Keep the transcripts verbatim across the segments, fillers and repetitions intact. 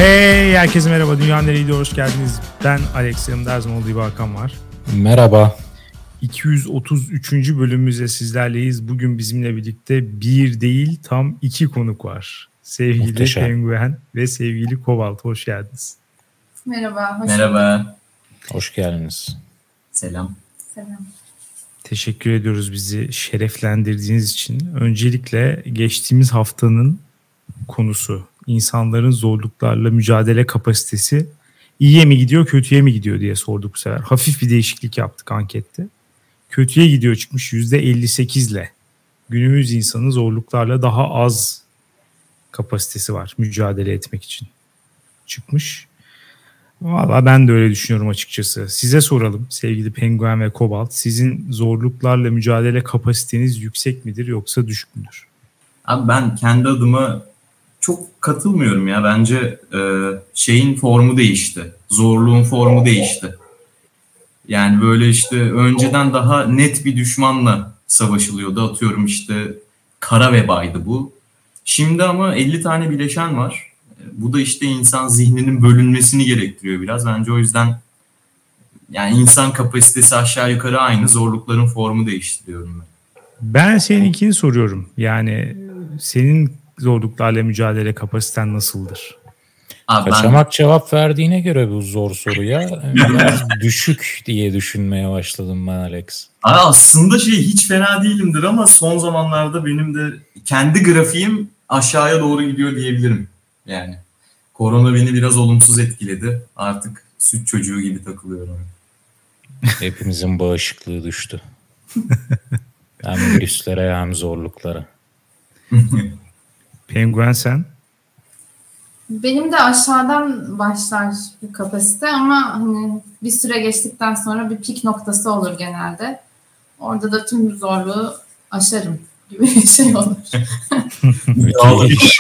Hey herkese merhaba, Dünya Nereydi, hoş geldiniz. Ben Alex, yanımda her zaman olduğu gibi Hakan var. Merhaba. iki yüz otuz üçüncü bölümümüzde sizlerleyiz. Bugün bizimle birlikte bir değil tam iki konuk var. Sevgili Muhteşem. Penguen ve sevgili Kobalt, hoş geldiniz. Merhaba. Hoş Merhaba. Hoş geldiniz. Selam. Selam. Teşekkür ediyoruz bizi şereflendirdiğiniz için. Öncelikle geçtiğimiz haftanın konusu, insanların zorluklarla mücadele kapasitesi iyiye mi gidiyor, kötüye mi gidiyor diye sorduk bu sefer. Hafif bir değişiklik yaptık ankette. Kötüye gidiyor çıkmış yüzde elli sekiz ile. Günümüz insanı zorluklarla daha az kapasitesi var mücadele etmek için çıkmış. Valla ben de öyle düşünüyorum açıkçası. Size soralım sevgili Penguen ve Kobalt. Sizin zorluklarla mücadele kapasiteniz yüksek midir yoksa düşük müdür? Abi ben kendi adıma çok katılmıyorum ya. Bence e, şeyin formu değişti. Zorluğun formu değişti. Yani böyle işte önceden daha net bir düşmanla savaşılıyordu. Atıyorum işte kara vebaydı bu. Şimdi ama elli tane bileşen var. Bu da işte insan zihninin bölünmesini gerektiriyor biraz. Bence o yüzden yani insan kapasitesi aşağı yukarı aynı. Zorlukların formu değişti diyorum ben. Ben seninkini soruyorum. Yani senin zorluklarla mücadele kapasiten nasıldır? Abi Kaçamak ben, cevap verdiğine göre bu zor soruya biraz düşük diye düşünmeye başladım ben Alex. abi aslında şey hiç fena değilimdir ama son zamanlarda benim de kendi grafiğim aşağıya doğru gidiyor diyebilirim. Yani korona beni biraz olumsuz etkiledi. Artık süt çocuğu gibi takılıyorum. Hepimizin bağışıklığı düştü. Hem virüslere hem zorluklara. Penguen sen? Benim de aşağıdan başlar bir kapasite ama hani bir süre geçtikten sonra bir pik noktası olur genelde. Orada da tüm zorluğu aşarım gibi bir şey olur. Müthiş.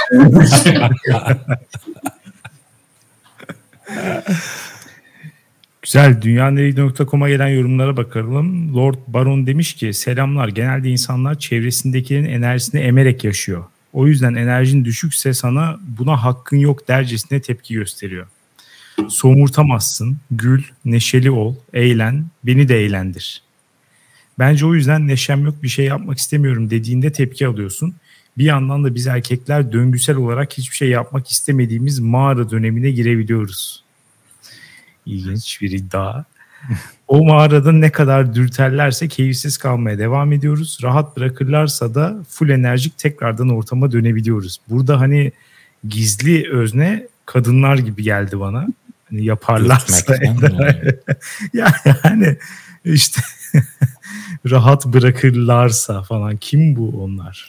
Güzel. dünya nereydi nokta com'a gelen yorumlara bakalım. Lord Baron demiş ki selamlar. Genelde insanlar çevresindekilerin enerjisini emerek yaşıyor. O yüzden enerjin düşükse sana buna hakkın yok dercesine tepki gösteriyor. Somurtamazsın, gül, neşeli ol, eğlen, beni de eğlendir. Bence o yüzden neşem yok, bir şey yapmak istemiyorum dediğinde tepki alıyorsun. Bir yandan da biz erkekler döngüsel olarak hiçbir şey yapmak istemediğimiz mağara dönemine girebiliyoruz. İlginç bir iddia. O mağarada ne kadar dürterlerse keyifsiz kalmaya devam ediyoruz. Rahat bırakırlarsa da full enerjik tekrardan ortama dönebiliyoruz. Burada hani gizli özne kadınlar gibi geldi bana. Hani yaparlarsa. Yani işte rahat bırakırlarsa falan. Kim bu onlar?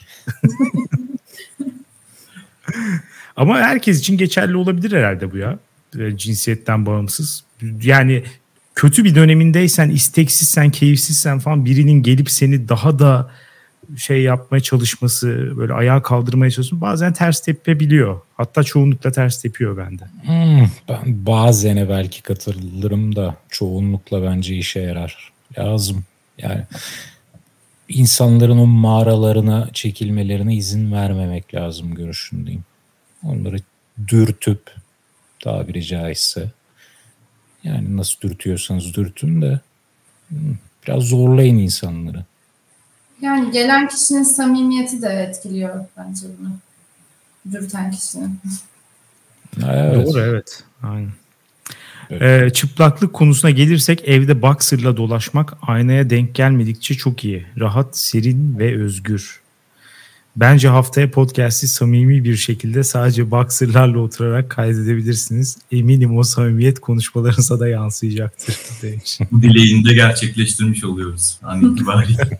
Ama herkes için geçerli olabilir herhalde bu ya. Cinsiyetten bağımsız. Yani kötü bir dönemindeysen, isteksizsen, keyifsizsen falan birinin gelip seni daha da şey yapmaya çalışması, böyle ayağa kaldırmaya çalışması bazen ters tepebiliyor. Hatta çoğunlukla ters tepiyor bende. Hmm, ben bazene belki katılırım da çoğunlukla bence işe yarar. Lazım. Yani insanların o mağaralarına çekilmelerine izin vermemek lazım görüşündeyim. Onları dürtüp tabiri caizse yani nasıl dürtüyorsanız dürtün de biraz zorlayın insanları. Yani gelen kişinin samimiyeti de etkiliyor bence bunu. Dürten kişinin. Evet. Doğru, evet. Aynen. Evet. Ee, çıplaklık konusuna gelirsek evde boxer'la dolaşmak aynaya denk gelmedikçe çok iyi. Rahat, serin ve özgür. Bence haftaya podcast'i samimi bir şekilde sadece boxer'larla oturarak kaydedebilirsiniz. Eminim o samimiyet konuşmalarınıza da yansıyacaktır. Bu dileğini de gerçekleştirmiş oluyoruz an itibariyle.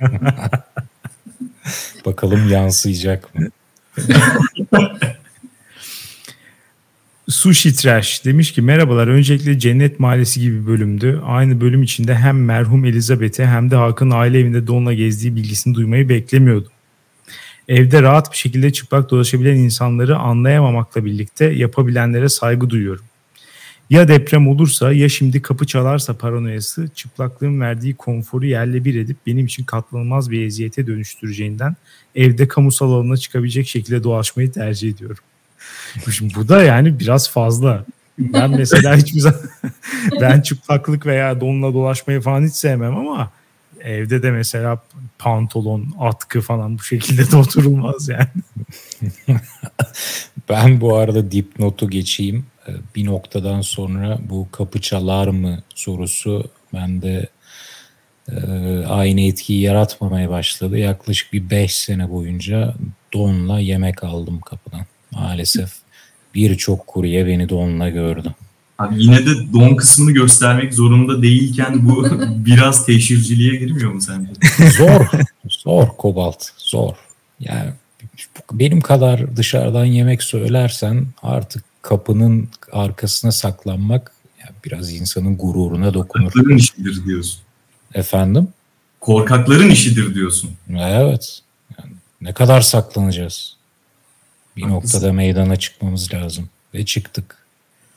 Bakalım yansıyacak mı? Sushi Trash demiş ki merhabalar, öncelikle Cennet Mahallesi gibi bölümdü. Aynı bölüm içinde hem merhum Elizabeth'e hem de Hakan'ın aile evinde donla gezdiği bilgisini duymayı beklemiyordum. Evde rahat bir şekilde çıplak dolaşabilen insanları anlayamamakla birlikte yapabilenlere saygı duyuyorum. Ya deprem olursa ya şimdi kapı çalarsa paranoyası çıplaklığın verdiği konforu yerle bir edip benim için katlanılmaz bir eziyete dönüştüreceğinden evde kamusal alana çıkabilecek şekilde dolaşmayı tercih ediyorum. Şimdi bu da yani biraz fazla. Ben mesela hiçbir zaman ben çıplaklık veya donla dolaşmayı falan hiç sevmem ama evde de mesela pantolon, atkı falan bu şekilde de oturulmaz yani. Ben bu arada dipnotu geçeyim. Bir noktadan sonra bu kapı çalar mı sorusu bende e, aynı etkiyi yaratmamaya başladı. Yaklaşık bir beş sene boyunca donla yemek aldım kapıdan. Maalesef birçok kurye beni donla gördü. Abi yine de don kısmını göstermek zorunda değilken bu biraz teşhirciliğe girmiyor mu sence? Zor, zor Kobalt, zor. Yani benim kadar dışarıdan yemek söylersen artık kapının arkasına saklanmak yani biraz insanın gururuna dokunur. Korkakların işidir diyorsun. Efendim? Korkakların işidir diyorsun. Evet. Yani ne kadar saklanacağız? Bir Haklısın. noktada meydana çıkmamız lazım. Ve çıktık.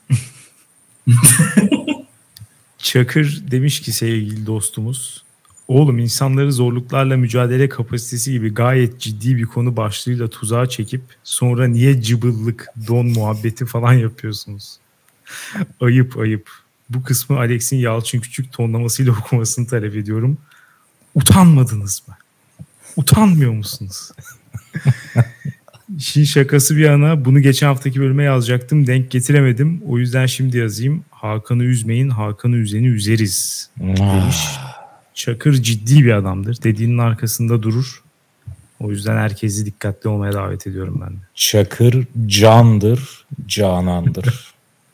Çakır demiş ki sevgili dostumuz, oğlum insanları zorluklarla mücadele kapasitesi gibi gayet ciddi bir konu başlığıyla tuzağa çekip sonra niye cıbıllık, don muhabbeti falan yapıyorsunuz? Ayıp ayıp. Bu kısmı Alex'in Yalçın Küçük tonlamasıyla okumasını talep ediyorum. Utanmadınız mı? Utanmıyor musunuz? İşin şakası bir yana bunu geçen haftaki bölüme yazacaktım. Denk getiremedim. O yüzden şimdi yazayım. Hakan'ı üzmeyin, Hakan'ı üzeni üzeriz demiş. Çakır ciddi bir adamdır. Dediğinin arkasında durur. O yüzden herkesi dikkatli olmaya davet ediyorum ben de. Çakır candır, canandır.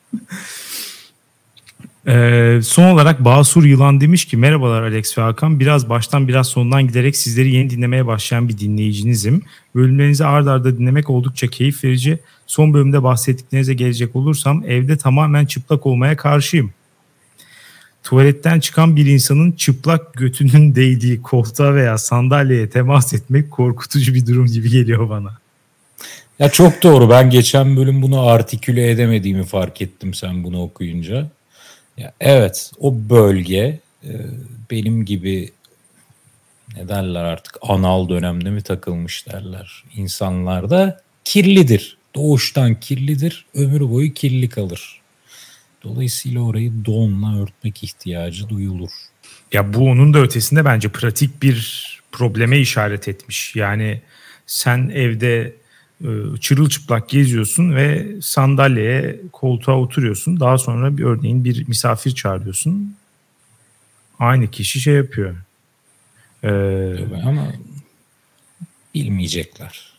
Ee, son olarak Basur Yılan demiş ki merhabalar Alex ve Hakan. Biraz baştan biraz sondan giderek sizleri yeni dinlemeye başlayan bir dinleyicinizim. Bölümlerinizi ard arda dinlemek oldukça keyif verici. Son bölümde bahsettiklerinize gelecek olursam evde tamamen çıplak olmaya karşıyım. Tuvaletten çıkan bir insanın çıplak götünün değdiği koltuğa veya sandalyeye temas etmek korkutucu bir durum gibi geliyor bana. Ya çok doğru. Ben geçen bölüm bunu artiküle edemediğimi fark ettim sen bunu okuyunca. Ya evet, o bölge e, benim gibi ne derler artık anal dönemde mi takılmış derler. İnsanlarda kirlidir. Doğuştan kirlidir. Ömür boyu kirli kalır. Dolayısıyla orayı donla örtmek ihtiyacı duyulur. Ya bu onun da ötesinde bence pratik bir probleme işaret etmiş. Yani sen evde çırılçıplak geziyorsun ve sandalyeye, koltuğa oturuyorsun. Daha sonra bir örneğin bir misafir çağırıyorsun. Aynı kişi şey yapıyor. Ee... Ama bilmeyecekler.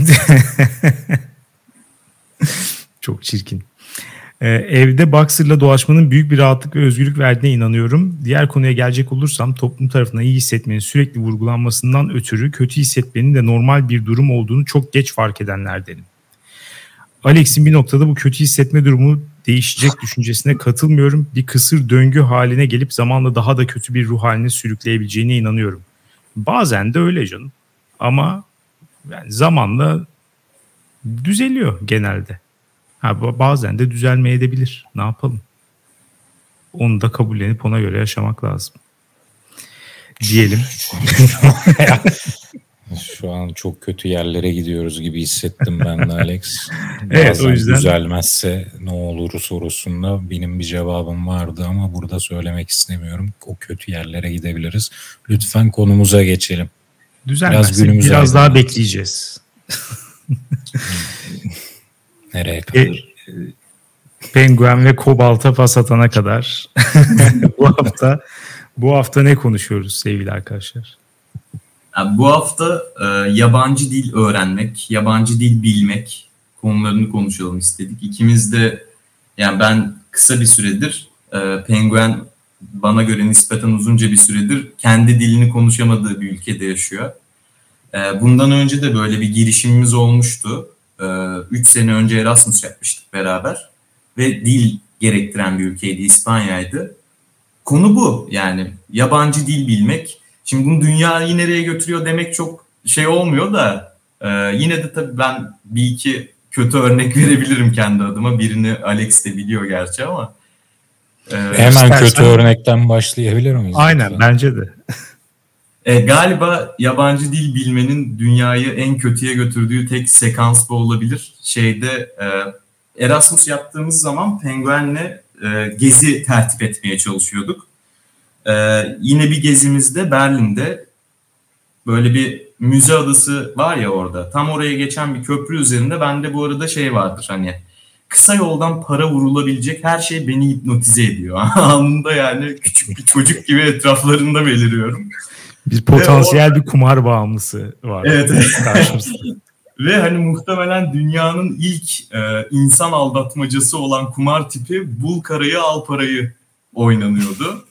Çok çirkin. Ee, evde boxer'la dolaşmanın büyük bir rahatlık ve özgürlük verdiğine inanıyorum. Diğer konuya gelecek olursam toplum tarafından iyi hissetmenin sürekli vurgulanmasından ötürü kötü hissetmenin de normal bir durum olduğunu çok geç fark edenlerdenim. Alex'in bir noktada bu kötü hissetme durumu değişecek düşüncesine katılmıyorum. Bir kısır döngü haline gelip zamanla daha da kötü bir ruh haline sürükleyebileceğine inanıyorum. Bazen de öyle canım. Ama yani zamanla düzeliyor genelde. Ha, bazen de düzelmeyebilir. Ne yapalım? Onu da kabullenip ona göre yaşamak lazım. Diyelim. Şu an çok kötü yerlere gidiyoruz gibi hissettim ben de Alex. Evet, bazen o yüzden düzelmezse ne olur sorusunda benim bir cevabım vardı ama burada söylemek istemiyorum. O kötü yerlere gidebiliriz. Lütfen konumuza geçelim. Düzelmezse biraz, biraz daha bekleyeceğiz. Nereye kadar? E, Penguen ve Kobalt'a pas atana kadar. bu hafta bu hafta ne konuşuyoruz sevgili arkadaşlar? Yani bu hafta e, yabancı dil öğrenmek, yabancı dil bilmek konularını konuşalım istedik. İkimiz de yani ben kısa bir süredir, e, Penguen bana göre nispeten uzunca bir süredir kendi dilini konuşamadığı bir ülkede yaşıyor. E, bundan önce de böyle bir girişimimiz olmuştu. Üç sene önce Erasmus yapmıştık beraber ve dil gerektiren bir ülkeydi, İspanya'ydı. Konu bu yani yabancı dil bilmek. Şimdi bunu dünyayı nereye götürüyor demek çok şey olmuyor da e, yine de tabii ben bir iki kötü örnek verebilirim kendi adıma. Birini Alex de biliyor gerçi ama. E, Hemen istersen... kötü örnekten başlayabilir miyiz? Aynen lütfen? Bence de. E, galiba yabancı dil bilmenin dünyayı en kötüye götürdüğü tek sekans bu olabilir. Şeyde e, Erasmus yaptığımız zaman Penguen'le e, gezi tertip etmeye çalışıyorduk. E, yine bir gezimizde Berlin'de böyle bir müze adası var ya orada. Tam oraya geçen bir köprü üzerinde bende bu arada şey vardır hani kısa yoldan para vurulabilecek her şey beni hipnotize ediyor. Anında yani küçük bir çocuk gibi etraflarında beliriyorum. Bir potansiyel bir kumar bağımlısı var. Evet. Ve hani muhtemelen dünyanın ilk e, insan aldatmacası olan kumar tipi bul karayı al parayı oynanıyordu.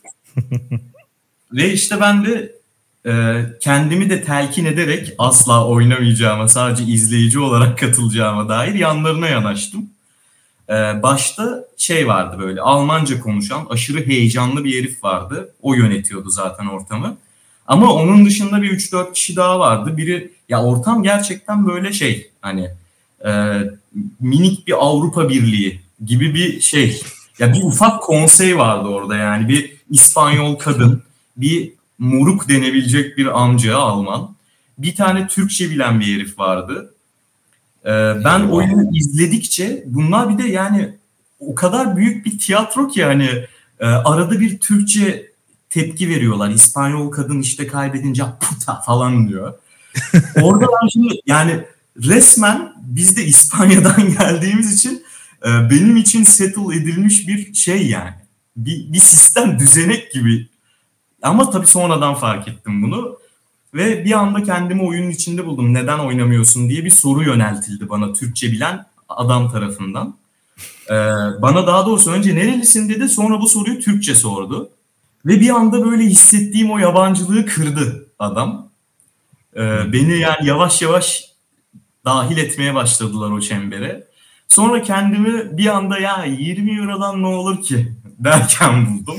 Ve işte ben de e, kendimi de telkin ederek asla oynamayacağıma, sadece izleyici olarak katılacağıma dair yanlarına yanaştım. E, başta şey vardı böyle Almanca konuşan aşırı heyecanlı bir herif vardı. O yönetiyordu zaten ortamı. Ama onun dışında bir üç dört kişi daha vardı. Biri ya ortam gerçekten böyle şey hani e, minik bir Avrupa Birliği gibi bir şey. Ya bir ufak konsey vardı orada yani bir İspanyol kadın, bir moruk denebilecek bir amca Alman, bir tane Türkçe bilen bir herif vardı. E, ben oyunu izledikçe bunlar bir de yani o kadar büyük bir tiyatro ki hani e, arada bir Türkçe tepki veriyorlar. İspanyol kadın işte kaybedince puta falan diyor. Orada ben şimdi yani resmen biz de İspanya'dan geldiğimiz için e, benim için settle edilmiş bir şey yani. Bir, bir sistem, düzenek gibi. Ama tabii sonradan fark ettim bunu. Ve bir anda kendimi oyunun içinde buldum. Neden oynamıyorsun diye bir soru yöneltildi bana Türkçe bilen adam tarafından. Ee, bana daha doğrusu önce nerelisin dedi, sonra bu soruyu Türkçe sordu. Ve bir anda böyle hissettiğim o yabancılığı kırdı adam. Ee, beni yani yavaş yavaş dahil etmeye başladılar o çembere. Sonra kendimi bir anda ya yirmi Euro'dan ne olur ki derken buldum.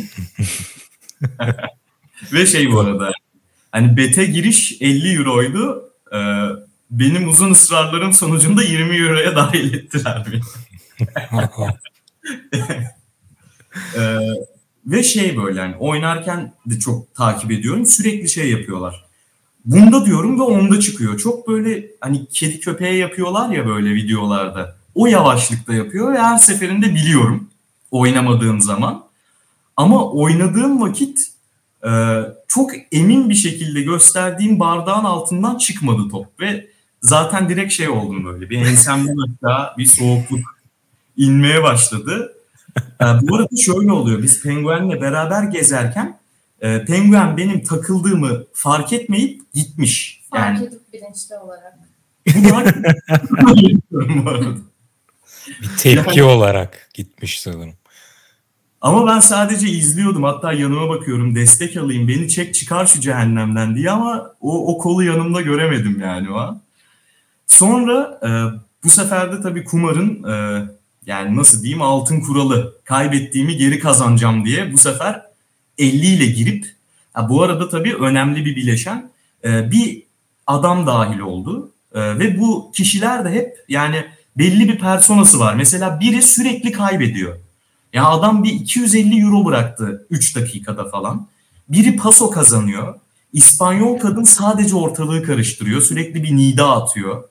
Ve şey bu arada hani bete giriş elli Euro'ydu. Ee, benim uzun ısrarlarım sonucunda yirmi Euro'ya dahil ettiler beni. ee, ve şey böyle hani oynarken de çok takip ediyorum. Sürekli şey yapıyorlar. Bunda diyorum ve onda çıkıyor. Çok böyle hani kedi köpeğe yapıyorlar ya böyle videolarda. O yavaşlıkta yapıyor ve her seferinde biliyorum oynamadığım zaman. Ama oynadığım vakit e, çok emin bir şekilde gösterdiğim bardağın altından çıkmadı top. Ve zaten direkt şey oldum böyle. Bir ensemden aşağı bir soğukluk inmeye başladı. E, bu arada şöyle oluyor. Biz Penguen'le beraber gezerken e, Penguen benim takıldığımı fark etmeyip gitmiş. Fark Yani, edip bilinçli olarak. Bu da bu arada. Bir tepki yani, olarak gitmiş sanırım. Ama ben sadece izliyordum. Hatta yanıma bakıyorum. Destek alayım. Beni çek çıkar şu cehennemden diye ama o, o kolu yanımda göremedim yani o an. Sonra e, bu sefer de tabii kumarın e, yani nasıl diyeyim altın kuralı. Kaybettiğimi geri kazanacağım diye bu sefer elli ile girip ha, bu arada tabii önemli bir bileşen e, bir adam dahil oldu. E, ve bu kişiler de hep yani belli bir personası var. Mesela biri sürekli kaybediyor. Ya adam bir iki yüz elli euro bıraktı üç dakikada falan. Biri paso kazanıyor. İspanyol kadın sadece ortalığı karıştırıyor. Sürekli bir nida atıyor.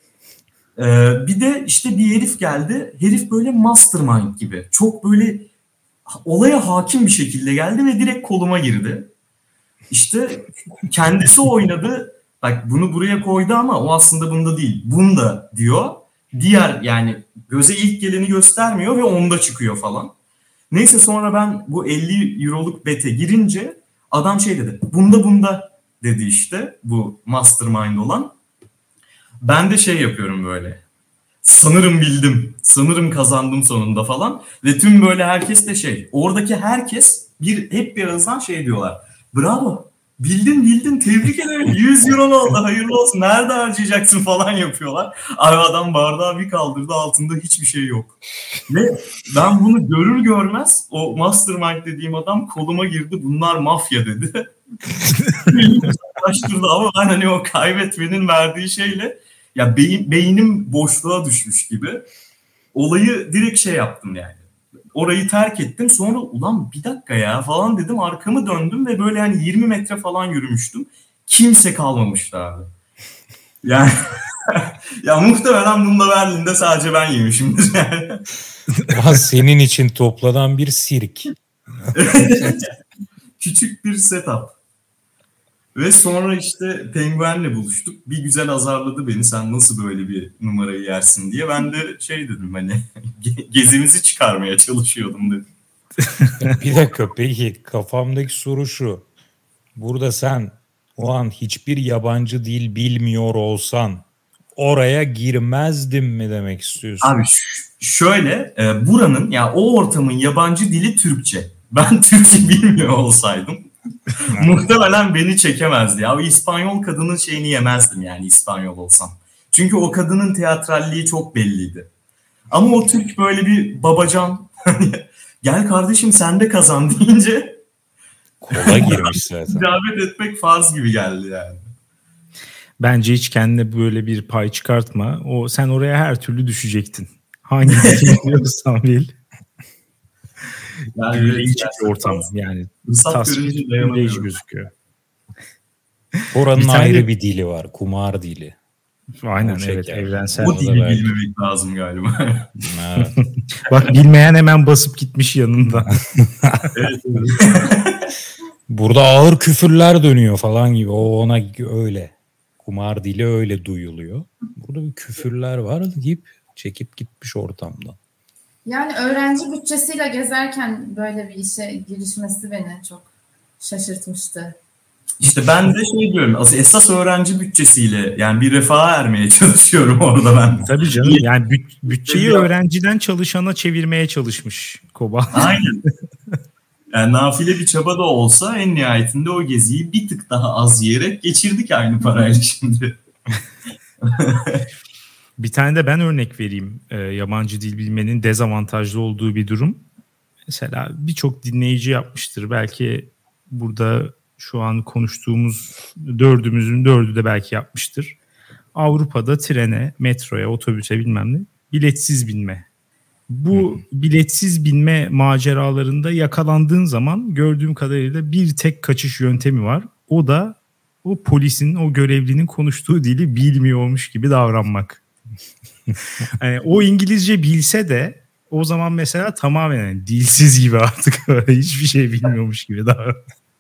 Ee, bir de işte bir herif geldi. Herif böyle mastermind gibi. Çok böyle olaya hakim bir şekilde geldi ve direkt koluma girdi. İşte kendisi oynadı. Bak bunu buraya koydu ama o aslında bunda değil. Bunda diyor. Diğer yani göze ilk geleni göstermiyor ve onda çıkıyor falan. Neyse sonra ben bu elli euroluk bete girince adam şey dedi. Bunda bunda dedi işte bu mastermind olan. Ben de şey yapıyorum böyle. Sanırım bildim. Sanırım kazandım sonunda falan. Ve tüm böyle herkes de şey. Oradaki herkes bir hep bir ağızdan şey diyorlar. Bravo. Bildin bildin tebrik ederim yüz euro oldu hayırlı olsun nerede harcayacaksın falan yapıyorlar. Abi adam bardağı bir kaldırdı altında hiçbir şey yok. Ve ben bunu görür görmez o mastermind dediğim adam koluma girdi bunlar mafya dedi. Başladı ama ben hani o kaybetmenin verdiği şeyle ya beyin, beynim boşluğa düşmüş gibi olayı direkt şey yaptım yani. Orayı terk ettim. Sonra ulan bir dakika ya falan dedim. Arkamı döndüm ve böyle hani yirmi metre falan yürümüştüm. kimse kalmamıştı abi. Yani ya muhtemelen bunu da Berlin'de sadece ben yemişimdir yani. Ya senin için toplanan bir sirk. Küçük bir setup. Ve sonra işte penguenle buluştuk. Bir güzel azarladı beni. Sen nasıl böyle bir numarayı yersin diye. Ben de şey dedim hani gezimizi çıkarmaya çalışıyordum dedim. Bir dakika peki kafamdaki soru şu. Burada sen o an hiçbir yabancı dil bilmiyor olsan oraya girmezdim mi demek istiyorsun? Abi ş- şöyle e, buranın ya o ortamın yabancı dili Türkçe. Ben Türkçe bilmiyor olsaydım muhtemelen beni çekemezdi. Ya o İspanyol kadının şeyini yemezdim yani İspanyol olsam. Çünkü o kadının teatralliği çok belliydi. Ama o Türk böyle bir babacan gel kardeşim sen de kazan deyince kola girmiş zaten. icabet etmek farz gibi geldi yani. Bence hiç kendine böyle bir pay çıkartma. O sen oraya her türlü düşecektin. Hangi dili biliyorsan bil. Yani büyüleyici bir ortam yani. Tasvir büyüleyici gözüküyor. Oranın ayrı bir dili var. Kumar dili. Aynen evet yani. Evrensel. Bu dili bilmemek lazım galiba. Evet. Bak bilmeyen hemen basıp gitmiş yanında. Evet. Burada ağır küfürler dönüyor falan gibi. O ona öyle. Kumar dili öyle duyuluyor. Burada bir küfürler var deyip çekip gitmiş ortamdan. Yani öğrenci bütçesiyle gezerken böyle bir işe girişmesi beni çok şaşırtmıştı. İşte ben de şey diyorum, esas öğrenci bütçesiyle yani bir refaha ermeye çalışıyorum orada ben. Tabii canım yani büt, bütçeyi öğrenciden çalışana çevirmeye çalışmış Koba. Aynen. Yani nafile bir çaba da olsa en nihayetinde o geziyi bir tık daha az yiyerek geçirdik aynı parayla şimdi. Bir tane de ben örnek vereyim. E, yabancı dil bilmenin dezavantajlı olduğu bir durum. Mesela birçok dinleyici yapmıştır. Belki burada şu an konuştuğumuz dördümüzün dördü de belki yapmıştır. Avrupa'da trene, metroya, otobüse bilmem ne biletsiz binme. Bu biletsiz binme maceralarında yakalandığın zaman gördüğüm kadarıyla bir tek kaçış yöntemi var. O da o polisin, o görevlinin konuştuğu dili bilmiyormuş gibi davranmak. Yani o İngilizce bilse de o zaman mesela tamamen yani dilsiz gibi artık hiçbir şey bilmiyormuş gibi davran.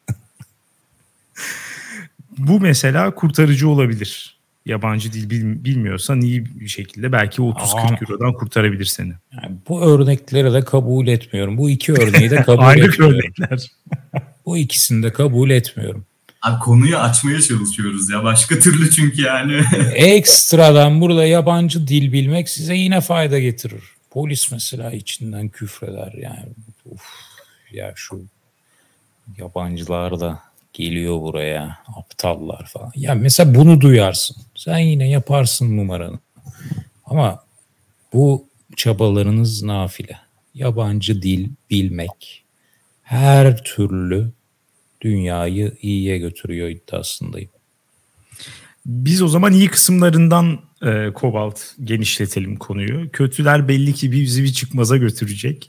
Bu mesela kurtarıcı olabilir. Yabancı dil bil, bilmiyorsan iyi bir şekilde belki otuz kırk eurodan kurtarabilir seni. Yani bu örnekleri de kabul etmiyorum. Bu iki örneği de kabul Aynı etmiyorum. örnekler. Bu ikisini de kabul etmiyorum. Abi konuyu açmaya çalışıyoruz ya. Başka türlü çünkü yani. Ekstradan burada yabancı dil bilmek size yine fayda getirir. Polis mesela içinden küfreder yani. Uf, ya şu yabancılar da geliyor buraya aptallar falan. Ya mesela bunu duyarsın. Sen yine yaparsın numaranı. Ama bu çabalarınız nafile. Yabancı dil bilmek her türlü dünyayı iyiye götürüyor iddiasındayım. Biz o zaman iyi kısımlarından e, Kobalt genişletelim konuyu. Kötüler belli ki bizi bir çıkmaza götürecek.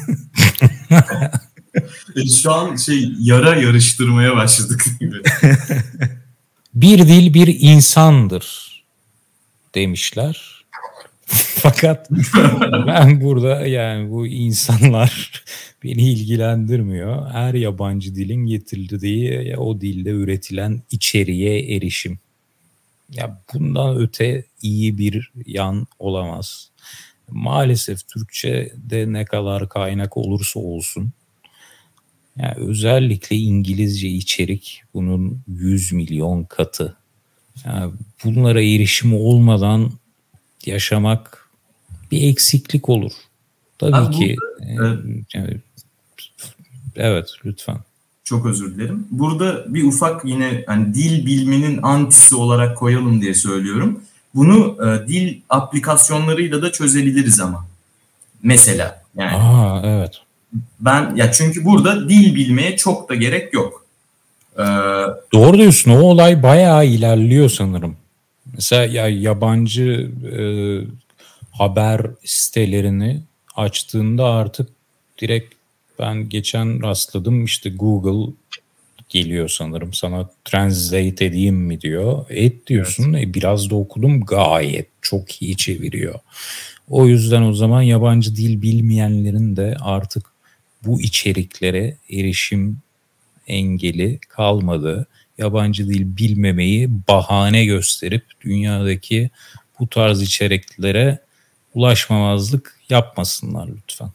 Şu an şey yara yarıştırmaya başladık gibi. Bir dil bir insandır demişler. Fakat ben burada yani bu insanlar beni ilgilendirmiyor. Her yabancı dilin getirdiği o dilde üretilen içeriğe erişim. Ya bundan öte iyi bir yan olamaz. Maalesef Türkçe'de ne kadar kaynak olursa olsun. Yani özellikle İngilizce içerik bunun yüz milyon katı. Yani bunlara erişimi olmadan yaşamak bir eksiklik olur. Tabii Abi ki. burada, e, yani, evet lütfen. Çok özür dilerim. Burada bir ufak yine hani dil bilmenin antisi olarak koyalım diye söylüyorum. Bunu e, dil aplikasyonlarıyla da çözebiliriz ama. Mesela yani. Aa evet. Ben ya çünkü burada dil bilmeye çok da gerek yok. Ee, Doğru diyorsun. O olay bayağı ilerliyor sanırım. Mesela ya yabancı e, haber sitelerini açtığında artık direkt ben geçen rastladım işte Google geliyor sanırım. Sana translate edeyim mi diyor. Et diyorsun. Evet. E, biraz da okudum, gayet çok iyi çeviriyor. O yüzden o zaman yabancı dil bilmeyenlerin de artık bu içeriklere erişim engeli kalmadı. Yabancı dil bilmemeyi bahane gösterip dünyadaki bu tarz içeriklere ulaşmamazlık yapmasınlar lütfen.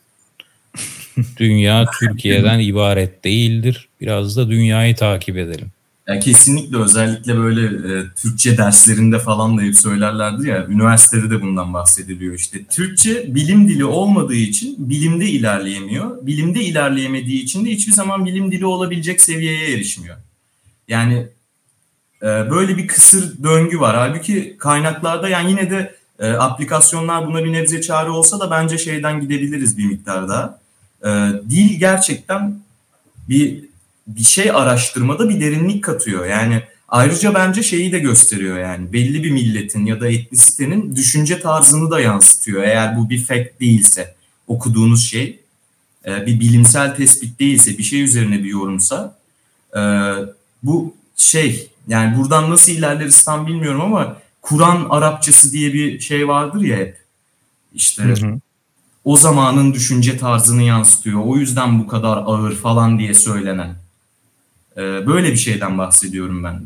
Dünya Türkiye'den ibaret değildir. Biraz da dünyayı takip edelim. Ya kesinlikle, özellikle böyle e, Türkçe derslerinde falan da hep söylerlerdi ya, üniversitede de bundan bahsediliyor işte. Türkçe bilim dili olmadığı için bilimde ilerleyemiyor. Bilimde ilerleyemediği için de hiçbir zaman bilim dili olabilecek seviyeye erişmiyor. Yani e, böyle bir kısır döngü var. Halbuki kaynaklarda yani yine de e, aplikasyonlar buna bir nebze çare olsa da bence şeyden gidebiliriz bir miktar daha. E, dil gerçekten bir bir şey araştırmada bir derinlik katıyor. Yani ayrıca bence şeyi de gösteriyor, yani belli bir milletin ya da etnisitenin düşünce tarzını da yansıtıyor. Eğer bu bir fact değilse, okuduğunuz şey bir bilimsel tespit değilse, bir şey üzerine bir yorumsa, bu şey, yani buradan nasıl ilerleriz tam bilmiyorum ama Kur'an Arapçası diye bir şey vardır ya hep. İşte hı hı. O zamanın düşünce tarzını yansıtıyor. O yüzden bu kadar ağır falan diye söylenen. Böyle bir şeyden bahsediyorum ben.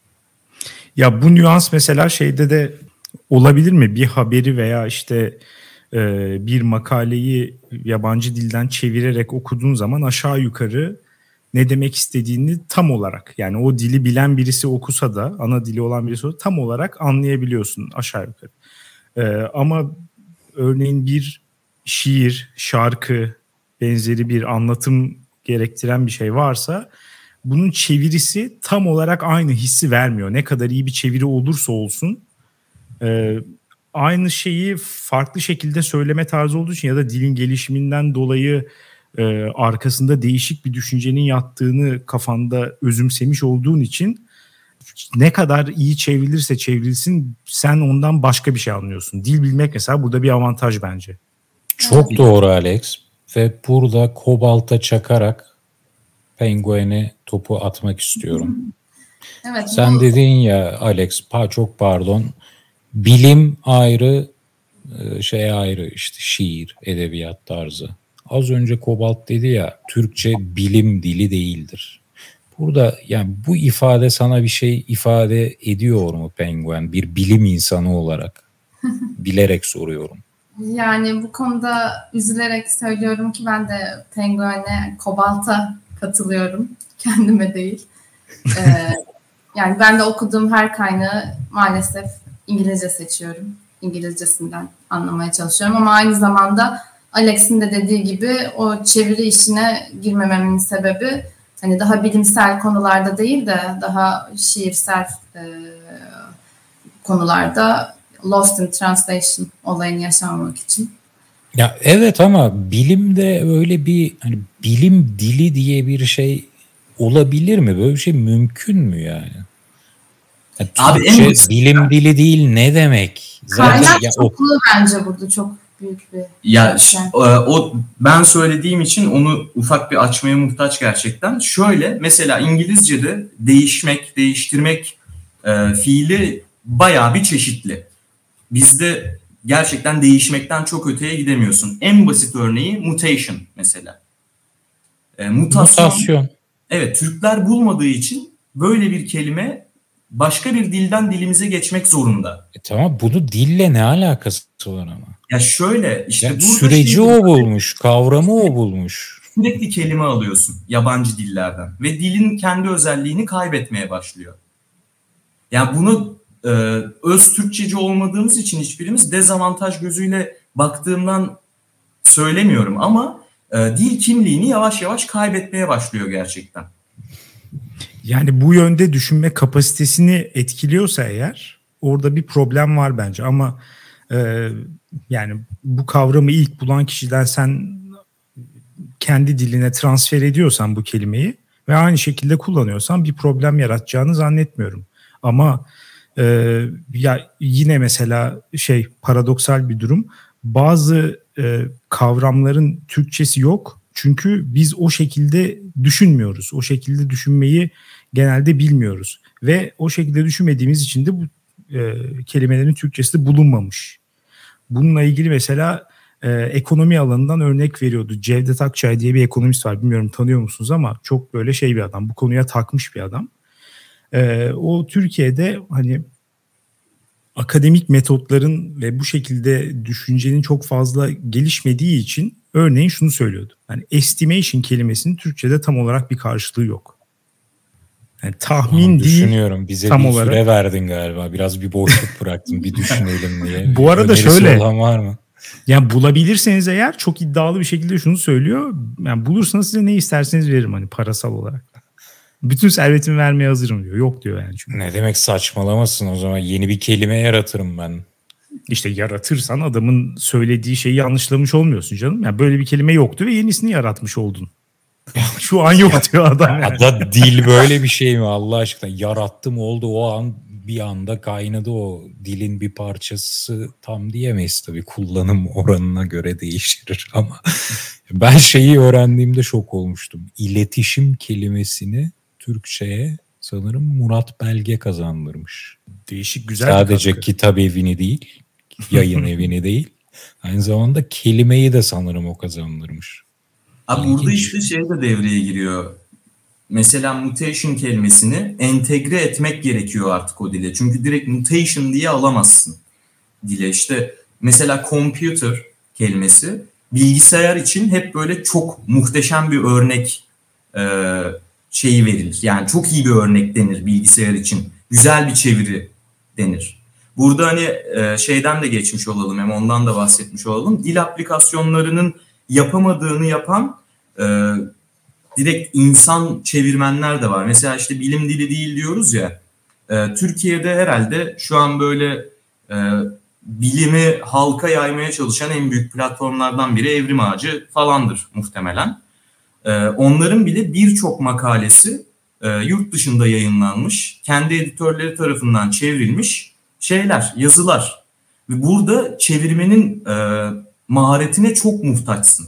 Ya bu nüans mesela şeyde de olabilir mi? Bir haberi veya işte e, bir makaleyi yabancı dilden çevirerek okuduğun zaman aşağı yukarı ne demek istediğini tam olarak, yani o dili bilen birisi okusa da, ana dili olan birisi olsa tam olarak anlayabiliyorsun aşağı yukarı. E, ama örneğin bir şiir, şarkı benzeri bir anlatım gerektiren bir şey varsa bunun çevirisi tam olarak aynı hissi vermiyor. Ne kadar iyi bir çeviri olursa olsun e, aynı şeyi farklı şekilde söyleme tarzı olduğu için ya da dilin gelişiminden dolayı e, arkasında değişik bir düşüncenin yattığını kafanda özümsemiş olduğun için ne kadar iyi çevrilirse çevrilsin sen ondan başka bir şey anlıyorsun. Dil bilmek mesela burada bir avantaj bence. Çok doğru Alex. Ve burada kobalta çakarak Penguen'e topu atmak istiyorum. Evet, sen bu... dedin ya Alex, pa çok pardon. Bilim ayrı, şey ayrı, işte şiir, edebiyat tarzı. Az önce Kobalt dedi ya, Türkçe bilim dili değildir. Burada yani bu ifade sana bir şey ifade ediyor mu Penguen? Bir bilim insanı olarak bilerek soruyorum. Yani bu konuda üzülerek söylüyorum ki ben de Penguen'e, Kobalt'a katılıyorum. Kendime değil. Ee, yani ben de okuduğum her kaynağı maalesef İngilizce seçiyorum. İngilizcesinden anlamaya çalışıyorum ama aynı zamanda Alex'in de dediği gibi o çeviri işine girmememin sebebi hani daha bilimsel konularda değil de daha şiirsel e, konularda lost in translation olayını yaşamamak için. Ya evet, ama bilimde öyle bir hani bilim dili diye bir şey olabilir mi? Böyle bir şey mümkün mü yani? Ya Abi Türkçe en bilim dili değil ne demek? Kaynak çokluğu bence burada çok büyük bir. Ya şey. o ben söylediğim için onu ufak bir açmaya muhtaç gerçekten. Şöyle mesela İngilizce'de değişmek, değiştirmek e, fiili bayağı bir çeşitli. Bizde gerçekten değişmekten çok öteye gidemiyorsun. En basit örneği mutation mesela. E, mutasyon. mutasyon. Evet, Türkler bulmadığı için böyle bir kelime başka bir dilden dilimize geçmek zorunda. E tamam, bunu dille ne alakası var ama? Ya şöyle işte yani süreci şey, o bulmuş, kavramı o bulmuş. Sürekli kelime alıyorsun yabancı dillerden ve dilin kendi özelliğini kaybetmeye başlıyor. Yani bunu e, öz Türkçeci olmadığımız için hiçbirimiz dezavantaj gözüyle baktığımdan söylemiyorum ama e, dil kimliğini yavaş yavaş kaybetmeye başlıyor gerçekten. Yani bu yönde düşünme kapasitesini etkiliyorsa eğer orada bir problem var bence ama e, yani bu kavramı ilk bulan kişiden sen kendi diline transfer ediyorsan bu kelimeyi ve aynı şekilde kullanıyorsan bir problem yaratacağını zannetmiyorum. Ama e, ya yine mesela şey paradoksal bir durum, bazı e, kavramların Türkçesi yok Çünkü biz o şekilde düşünmüyoruz. O şekilde düşünmeyi genelde bilmiyoruz. Ve o şekilde düşünmediğimiz için de bu e, kelimelerin Türkçesi de bulunmamış. Bununla ilgili mesela e, ekonomi alanından örnek veriyordu. Cevdet Akçay diye bir ekonomist var. Bilmiyorum tanıyor musunuz ama çok böyle şey bir adam. Bu konuya takmış bir adam. E, o Türkiye'de hani akademik metotların ve bu şekilde düşüncenin çok fazla gelişmediği için örneğin şunu söylüyordu. Yani estimation kelimesinin Türkçe'de tam olarak bir karşılığı yok. Yani tahmin Tamam, değil. Düşünüyorum. Bize tam bir olarak. süre verdin galiba. Biraz bir boşluk bıraktın. Bir düşünelim diye. Bu arada Önerisi şöyle. olan var mı? Yani bulabilirseniz eğer çok iddialı bir şekilde şunu söylüyor. Yani bulursanız size ne isterseniz veririm hani parasal olarak. Bütün servetimi vermeye hazırım diyor. Yok diyor yani çünkü. Ne demek saçmalamasın o zaman. Yeni bir kelime yaratırım ben. İşte yaratırsan adamın söylediği şeyi yanlışlamış olmuyorsun canım. Yani böyle bir kelime yoktu ve yenisini yaratmış oldun. Şu an yok diyor adam yani. Hatta dil böyle bir şey mi Allah aşkına? Yarattım oldu o an bir anda kaynadı o dilin bir parçası tam diyemeyiz tabii. Kullanım oranına göre değişir ama ben şeyi öğrendiğimde şok olmuştum. İletişim kelimesini Türkçe'ye sanırım Murat Belge kazandırmış. Değişik güzel Sadece bir katkı. kitap evini değil, yayın evini değil. Aynı zamanda kelimeyi de sanırım o kazandırmış. Abi İlginç. burada işte şey de devreye giriyor. Mesela mutation kelimesini entegre etmek gerekiyor artık o dile. Çünkü direkt mutation diye alamazsın dile. İşte mesela computer kelimesi bilgisayar için hep böyle çok muhteşem bir örnek e, şeyi verilir. Yani çok iyi bir örnek denir bilgisayar için. Güzel bir çeviri denir. Burada hani e, şeyden de geçmiş olalım, hem ondan da bahsetmiş olalım. Dil aplikasyonlarının yapamadığını yapan e, direkt insan çevirmenler de var. Mesela işte bilim dili değil diyoruz ya. E, Türkiye'de herhalde şu an böyle e, bilimi halka yaymaya çalışan en büyük platformlardan biri Evrim Ağacı falandır muhtemelen. E, onların bile birçok makalesi e, yurt dışında yayınlanmış, kendi editörleri tarafından çevrilmiş şeyler, yazılar. Ve burada çevirmenin e, maharetine çok muhtaçsın.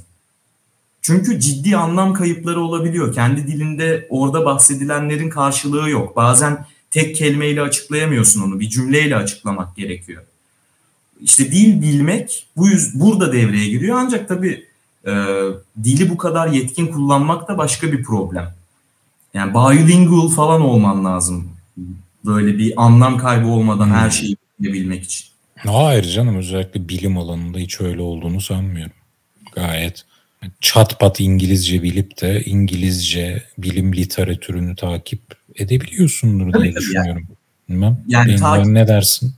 Çünkü ciddi anlam kayıpları olabiliyor. Kendi dilinde orada bahsedilenlerin karşılığı yok. Bazen tek kelimeyle açıklayamıyorsun onu. Bir cümleyle açıklamak gerekiyor. İşte dil bilmek bu yüz, burada devreye giriyor. Ancak tabii e, dili bu kadar yetkin kullanmak da başka bir problem. Yani bilingual falan olman lazım. Böyle bir anlam kaybı olmadan her şeyi bilebilmek için. Hayır canım, özellikle bilim alanında hiç öyle olduğunu sanmıyorum. Gayet çat pat İngilizce bilip de İngilizce bilim literatürünü takip edebiliyorsundur Tabii, diye tabii düşünüyorum. Bilmem. Yani Benim takip- ne dersin?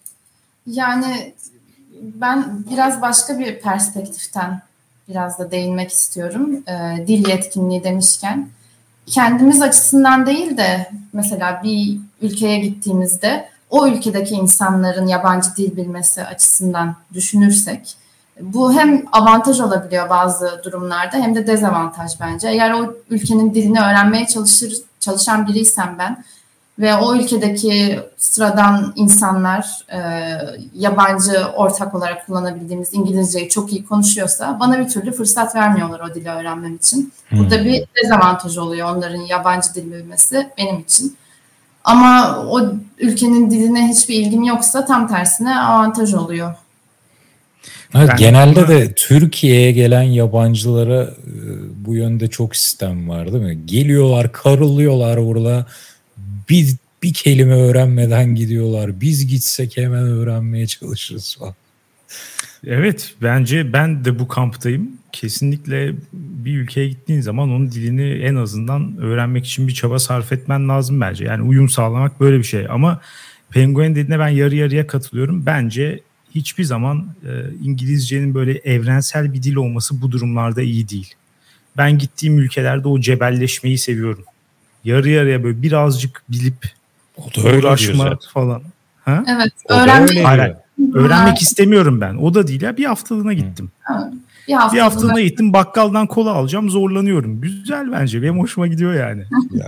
Yani ben biraz başka bir perspektiften biraz da değinmek istiyorum. Ee, dil yetkinliği demişken. Kendimiz açısından değil de mesela bir ülkeye gittiğimizde o ülkedeki insanların yabancı dil bilmesi açısından düşünürsek bu hem avantaj olabiliyor bazı durumlarda hem de dezavantaj bence. Eğer o ülkenin dilini öğrenmeye çalışır çalışan biriysem ben ve o ülkedeki sıradan insanlar e, yabancı ortak olarak kullanabildiğimiz İngilizceyi çok iyi konuşuyorsa bana bir türlü fırsat vermiyorlar o dili öğrenmem için. Burada hmm. bir dezavantaj oluyor onların yabancı dil bilmesi benim için. Ama o ülkenin diline hiçbir ilgim yoksa tam tersine avantaj oluyor. Evet, Ben genelde buna... de Türkiye'ye gelen yabancılara e, bu yönde çok sistem var değil mi? Geliyorlar, karılıyorlar burada. Bir, bir kelime öğrenmeden gidiyorlar. Biz gitsek hemen öğrenmeye çalışırız falan. Evet, bence ben de bu kamptayım. Kesinlikle bir ülkeye gittiğin zaman onun dilini en azından öğrenmek için bir çaba sarf etmen lazım bence. Yani uyum sağlamak böyle bir şey. Ama Penguen dediğine ben yarı yarıya katılıyorum. Bence hiçbir zaman e, İngilizcenin böyle evrensel bir dil olması bu durumlarda iyi değil. Ben gittiğim ülkelerde o cebelleşmeyi seviyorum. Yarı yarıya böyle birazcık bilip uğraşma falan. Ha? Evet, öğrenmek, öğrenmek istemiyorum ben. O da değil ya. Bir haftalığına gittim. Evet, bir haftalığına, bir haftalığına gittim. Bakkaldan kola alacağım, zorlanıyorum. Güzel bence. Benim hoşuma gidiyor yani.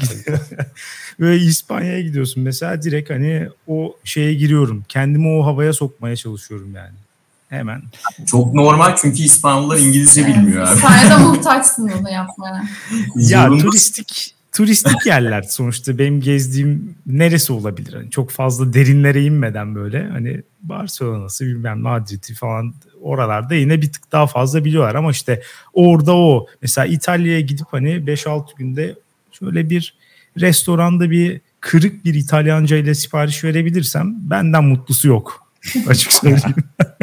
Böyle İspanya'ya gidiyorsun mesela, direkt hani o şeye giriyorum. Kendimi o havaya sokmaya çalışıyorum yani. Hemen. Çok normal çünkü İspanyollar İngilizce evet, bilmiyor abi. Sayede muhtaçsın onu yapmaya. Ya turistik turistik yerler sonuçta benim gezdiğim neresi olabilir? Hani çok fazla derinlere inmeden böyle hani Barcelona'sı bilmem Madrid'i falan oralarda yine bir tık daha fazla biliyorlar ama işte orada o mesela İtalya'ya gidip hani beş altı günde şöyle bir restoranda bir kırık bir İtalyanca ile sipariş verebilirsem benden mutlusu yok. Açık söyleyeyim.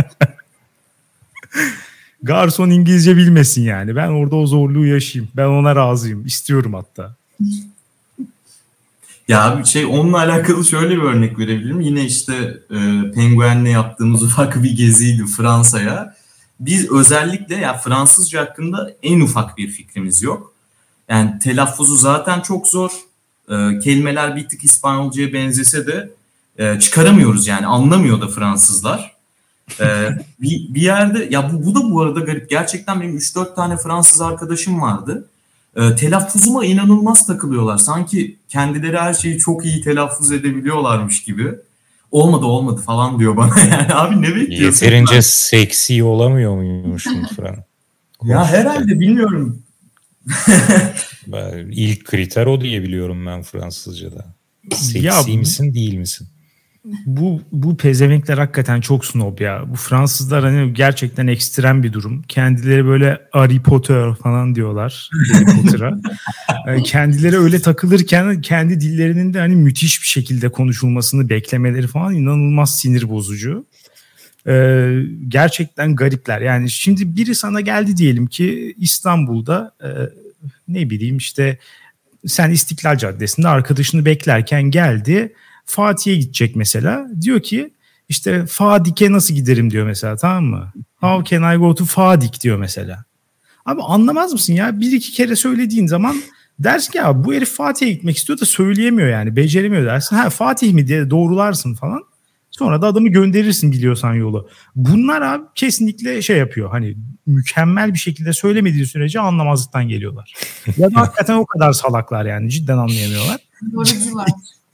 Garson İngilizce bilmesin yani. Ben orada o zorluğu yaşayayım. Ben ona razıyım. İstiyorum hatta. Ya bir şey onunla alakalı şöyle bir örnek verebilirim. Yine işte e, Penguen'le yaptığımız ufak bir geziydi Fransa'ya. Biz özellikle ya Fransızca hakkında en ufak bir fikrimiz yok. Yani telaffuzu zaten çok zor. E, kelimeler bir tık İspanyolcaya benzese de e, çıkaramıyoruz yani. Anlamıyor da Fransızlar. Ee, bir, bir yerde ya bu, bu da bu arada garip. Gerçekten benim üç dört tane Fransız arkadaşım vardı. Ee, telaffuzuma inanılmaz takılıyorlar. Sanki kendileri her şeyi çok iyi telaffuz edebiliyorlarmış gibi. Olmadı olmadı falan diyor bana. Yani abi ne bekliyorsun? Yeterince ben? Seksi olamıyor muymuşum Fran? Ya herhalde bilmiyorum. İlk kriter o diye biliyorum ben Fransızca'da. Seksi ya, misin değil misin? Bu bu pezevenkler hakikaten çok snob ya. Bu Fransızlar hani gerçekten ekstrem bir durum. Kendileri böyle Harry Potter falan diyorlar. Harry Potter'a. Yani kendileri öyle takılırken kendi dillerinin de hani müthiş bir şekilde konuşulmasını beklemeleri falan inanılmaz sinir bozucu. Ee, gerçekten garipler. Yani şimdi biri sana geldi diyelim ki İstanbul'da e, ne bileyim işte sen İstiklal Caddesi'nde arkadaşını beklerken geldi. Fatih'e gidecek mesela. Diyor ki işte Fadik'e nasıl giderim diyor mesela, tamam mı? How can I go to Fadik diyor mesela. Abi anlamaz mısın ya? Bir iki kere söylediğin zaman dersin ki ya bu herif Fatih'e gitmek istiyor da söyleyemiyor yani. Beceremiyor dersin. Ha Fatih mi diye doğrularsın falan. Sonra da adamı gönderirsin biliyorsan yolu. Bunlar abi kesinlikle şey yapıyor. Hani mükemmel bir şekilde söylemediği sürece anlamazlıktan geliyorlar. Ya da hakikaten o kadar salaklar yani. Cidden anlayamıyorlar. Yorucular.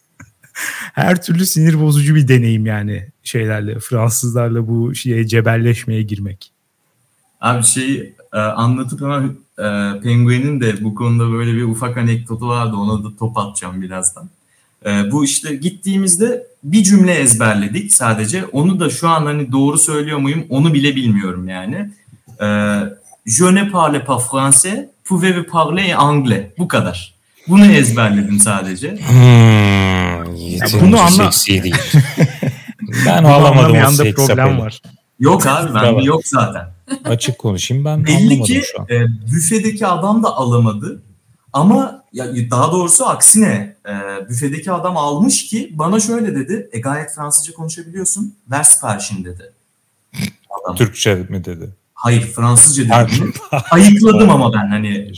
Her türlü sinir bozucu bir deneyim yani şeylerle, Fransızlarla bu şeye cebelleşmeye girmek. Abi şeyi e, anlatıp ama e, Penguen'in de bu konuda böyle bir ufak anekdotu vardı. Ona da top atacağım birazdan. E, bu işte gittiğimizde bir cümle ezberledik sadece. Onu da şu an hani doğru söylüyor muyum onu bile bilmiyorum yani. E, Je ne parle pas français, pouvez-vous parler anglais? Bu kadar. Bunu ezberledim sadece. Hmm, ya bunu anla. Seksi değil. Ben alamadım o seks problem var. Yok abi bende yok zaten. Açık konuşayım ben belli anlamadım ki, şu an. E, büfedeki adam da alamadı. Ama ya daha doğrusu aksine e, büfedeki adam almış ki bana şöyle dedi. E gayet Fransızca konuşabiliyorsun. Ver siparişini dedi. Adam. Türkçe mi dedi? Hayır Fransızca dedi. Ayıkladım ama ben hani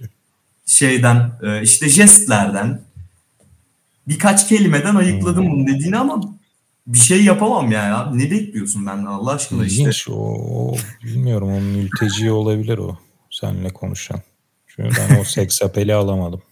şeyden işte jestlerden birkaç kelimeden ayıkladım hmm. bunu dediğini ama bir şey yapamam yani abi. Ne bekliyorsun benden Allah aşkına işte. İlginç o, o bilmiyorum o mülteci olabilir o seninle konuşan. Çünkü ben o seks apeli alamadım.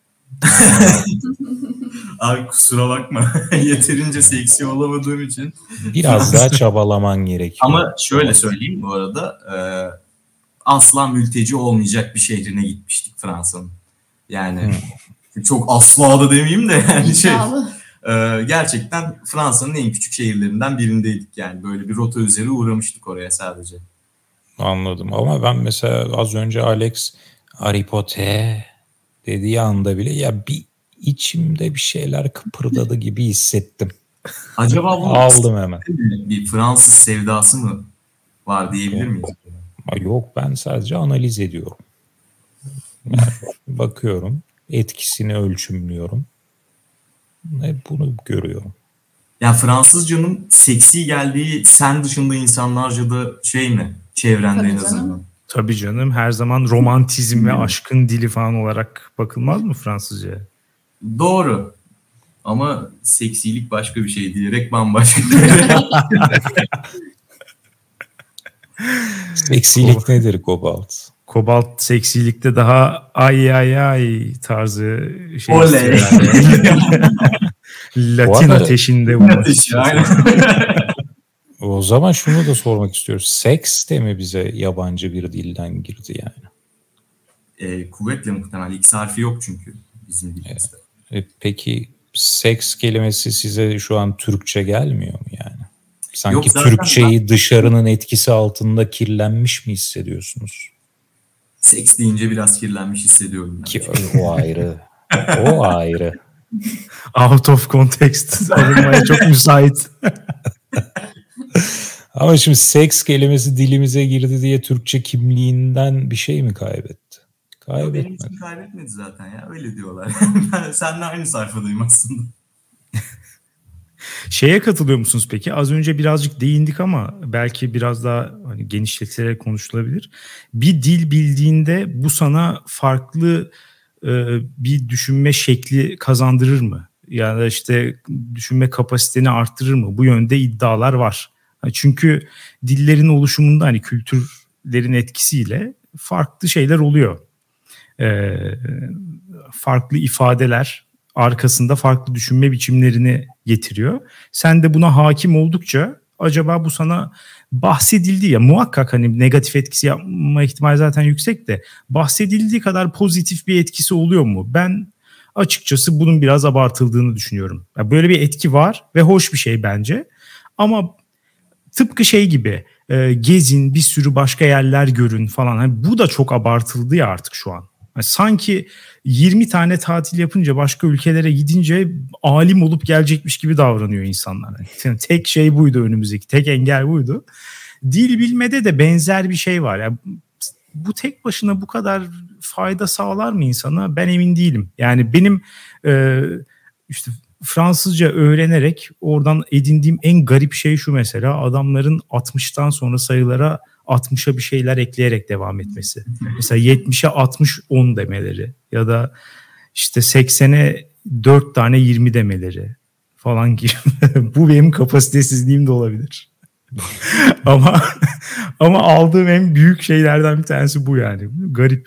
Abi kusura bakma. Yeterince seksi olamadığım için. Biraz daha çabalaman gerekiyor. Ama şöyle söyleyeyim bu arada. E, asla mülteci olmayacak bir şehrine gitmiştik Fransa'nın. Yani hmm. çok asla da demeyeyim de yani şey. E, gerçekten Fransa'nın en küçük şehirlerinden birindeydik yani. Böyle bir rota üzeri uğramıştık oraya sadece. Anladım ama ben mesela az önce Alex Harry Potter dediği anda bile ya bir içimde bir şeyler kıpırdadı gibi hissettim. Acaba bu aldım hemen. Bir Fransız sevdası mı var diyebilir miyiz? Yok ben sadece analiz ediyorum. Yani bakıyorum, etkisini ölçümlüyorum. Ve bunu görüyorum. Ya Fransızcanın seksi geldiği sen dışında insanlarca da şey mi? Çevrende en azından. Tabii canım her zaman romantizm ve aşkın dili falan olarak bakılmaz mı Fransızca? Doğru. Ama seksilik başka bir şey diyerek bambaşka. Seksilik nedir Kobalt? Kobalt seksilikte daha ay ay ay tarzı şey. Oley. Latin ateşinde bu. Ateşi, aynen. O zaman şunu da sormak istiyoruz. Seks de mi bize yabancı bir dilden girdi yani? E, kuvvetle muhtemel. X harfi yok çünkü bizim dilimizde. E, peki seks kelimesi size şu an Türkçe gelmiyor mu yani? Sanki Yok, zaten Türkçeyi ben... dışarının etkisi altında kirlenmiş mi hissediyorsunuz? Seks deyince biraz kirlenmiş hissediyorum. Ki o ayrı. O ayrı. Out of context alınmaya çok müsait. Ama şimdi seks kelimesi dilimize girdi diye Türkçe kimliğinden bir şey mi kaybetti? Kaybetmedi. Benim için kaybetmedi zaten ya. Öyle diyorlar. Ben seninle aynı sayfadayım aslında. Şeye katılıyor musunuz peki? Az önce birazcık değindik ama belki biraz daha hani genişletilerek konuşulabilir. Bir dil bildiğinde bu sana farklı e, bir düşünme şekli kazandırır mı? Ya da işte düşünme kapasiteni arttırır mı? Bu yönde iddialar var. Çünkü dillerin oluşumunda hani kültürlerin etkisiyle farklı şeyler oluyor. E, farklı ifadeler arkasında farklı düşünme biçimlerini getiriyor. Sen de buna hakim oldukça acaba bu sana bahsedildiği ya muhakkak hani negatif etkisi yapma ihtimali zaten yüksek de bahsedildiği kadar pozitif bir etkisi oluyor mu? Ben açıkçası bunun biraz abartıldığını düşünüyorum. Yani böyle bir etki var ve hoş bir şey bence. Ama tıpkı şey gibi e, gezin bir sürü başka yerler görün falan. Yani bu da çok abartıldı ya artık şu an. Yani sanki yirmi tane tatil yapınca başka ülkelere gidince alim olup gelecekmiş gibi davranıyor insanlar. Yani tek şey buydu önümüzdeki, tek engel buydu. Dil bilmede de benzer bir şey var. Yani bu tek başına bu kadar fayda sağlar mı insana? Ben emin değilim. Yani benim e, işte Fransızca öğrenerek oradan edindiğim en garip şey şu mesela adamların altmıştan sonra sayılara altmışa bir şeyler ekleyerek devam etmesi. Mesela yetmişe altmış on demeleri ya da işte seksene dört tane yirmi demeleri falan gibi. Bu benim kapasitesizliğim de olabilir. ama ama aldığım en büyük şeylerden bir tanesi bu yani. Garip.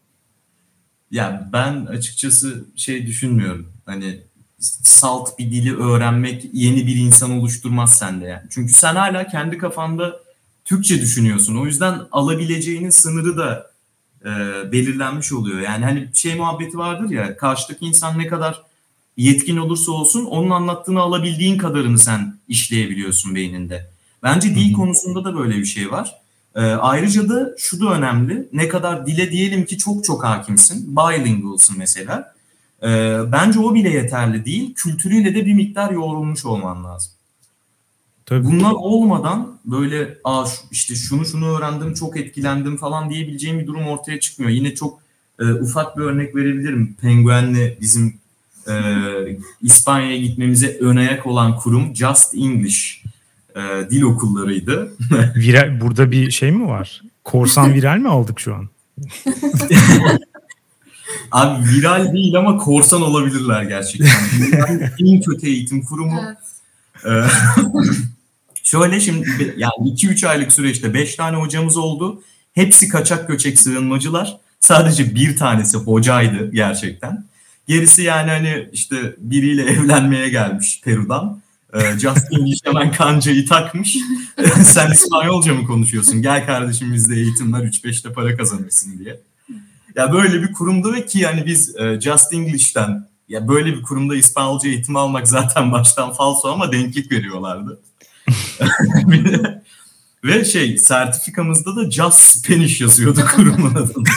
Ya ben açıkçası şey düşünmüyorum. Hani salt bir dili öğrenmek yeni bir insan oluşturmaz sende yani. Çünkü sen hala kendi kafanda Türkçe düşünüyorsun. O yüzden alabileceğinin sınırı da e, belirlenmiş oluyor. Yani hani şey muhabbeti vardır ya, karşıdaki insan ne kadar yetkin olursa olsun onun anlattığını alabildiğin kadarını sen işleyebiliyorsun beyninde. Bence dil konusunda da böyle bir şey var. E, ayrıca da şu da önemli. Ne kadar dile diyelim ki çok çok hakimsin. Bilingual'sın mesela. E, bence o bile yeterli değil. Kültürüyle de bir miktar yoğrulmuş olman lazım. Tabii. Bunlar olmadan böyle Aa, işte şunu şunu öğrendim, çok etkilendim falan diyebileceğim bir durum ortaya çıkmıyor. Yine çok e, ufak bir örnek verebilirim. Penguen'le bizim e, İspanya'ya gitmemize ön ayak olan kurum Just English e, dil okullarıydı. Viral, burada bir şey mi var? Korsan viral mi aldık şu an? Abi viral değil ama korsan olabilirler gerçekten. Yani en kötü eğitim kurumu. Evet. Şöyle şimdi yani iki üç aylık süreçte beş tane hocamız oldu. Hepsi kaçak göçek sığınmacılar. Sadece bir tanesi hocaydı gerçekten. Gerisi yani hani işte biriyle evlenmeye gelmiş Peru'dan. Just English hemen kancayı takmış. Sen İspanyolca mı konuşuyorsun? Gel kardeşim bizde eğitim var, üç beşte para kazanırsın diye. Ya böyle bir kurumda ve ki yani biz Just English'ten ya böyle bir kurumda İspanyolca eğitimi almak zaten baştan falso ama denklik veriyorlardı. Ve şey sertifikamızda da Just Spanish yazıyordu kurumun adını.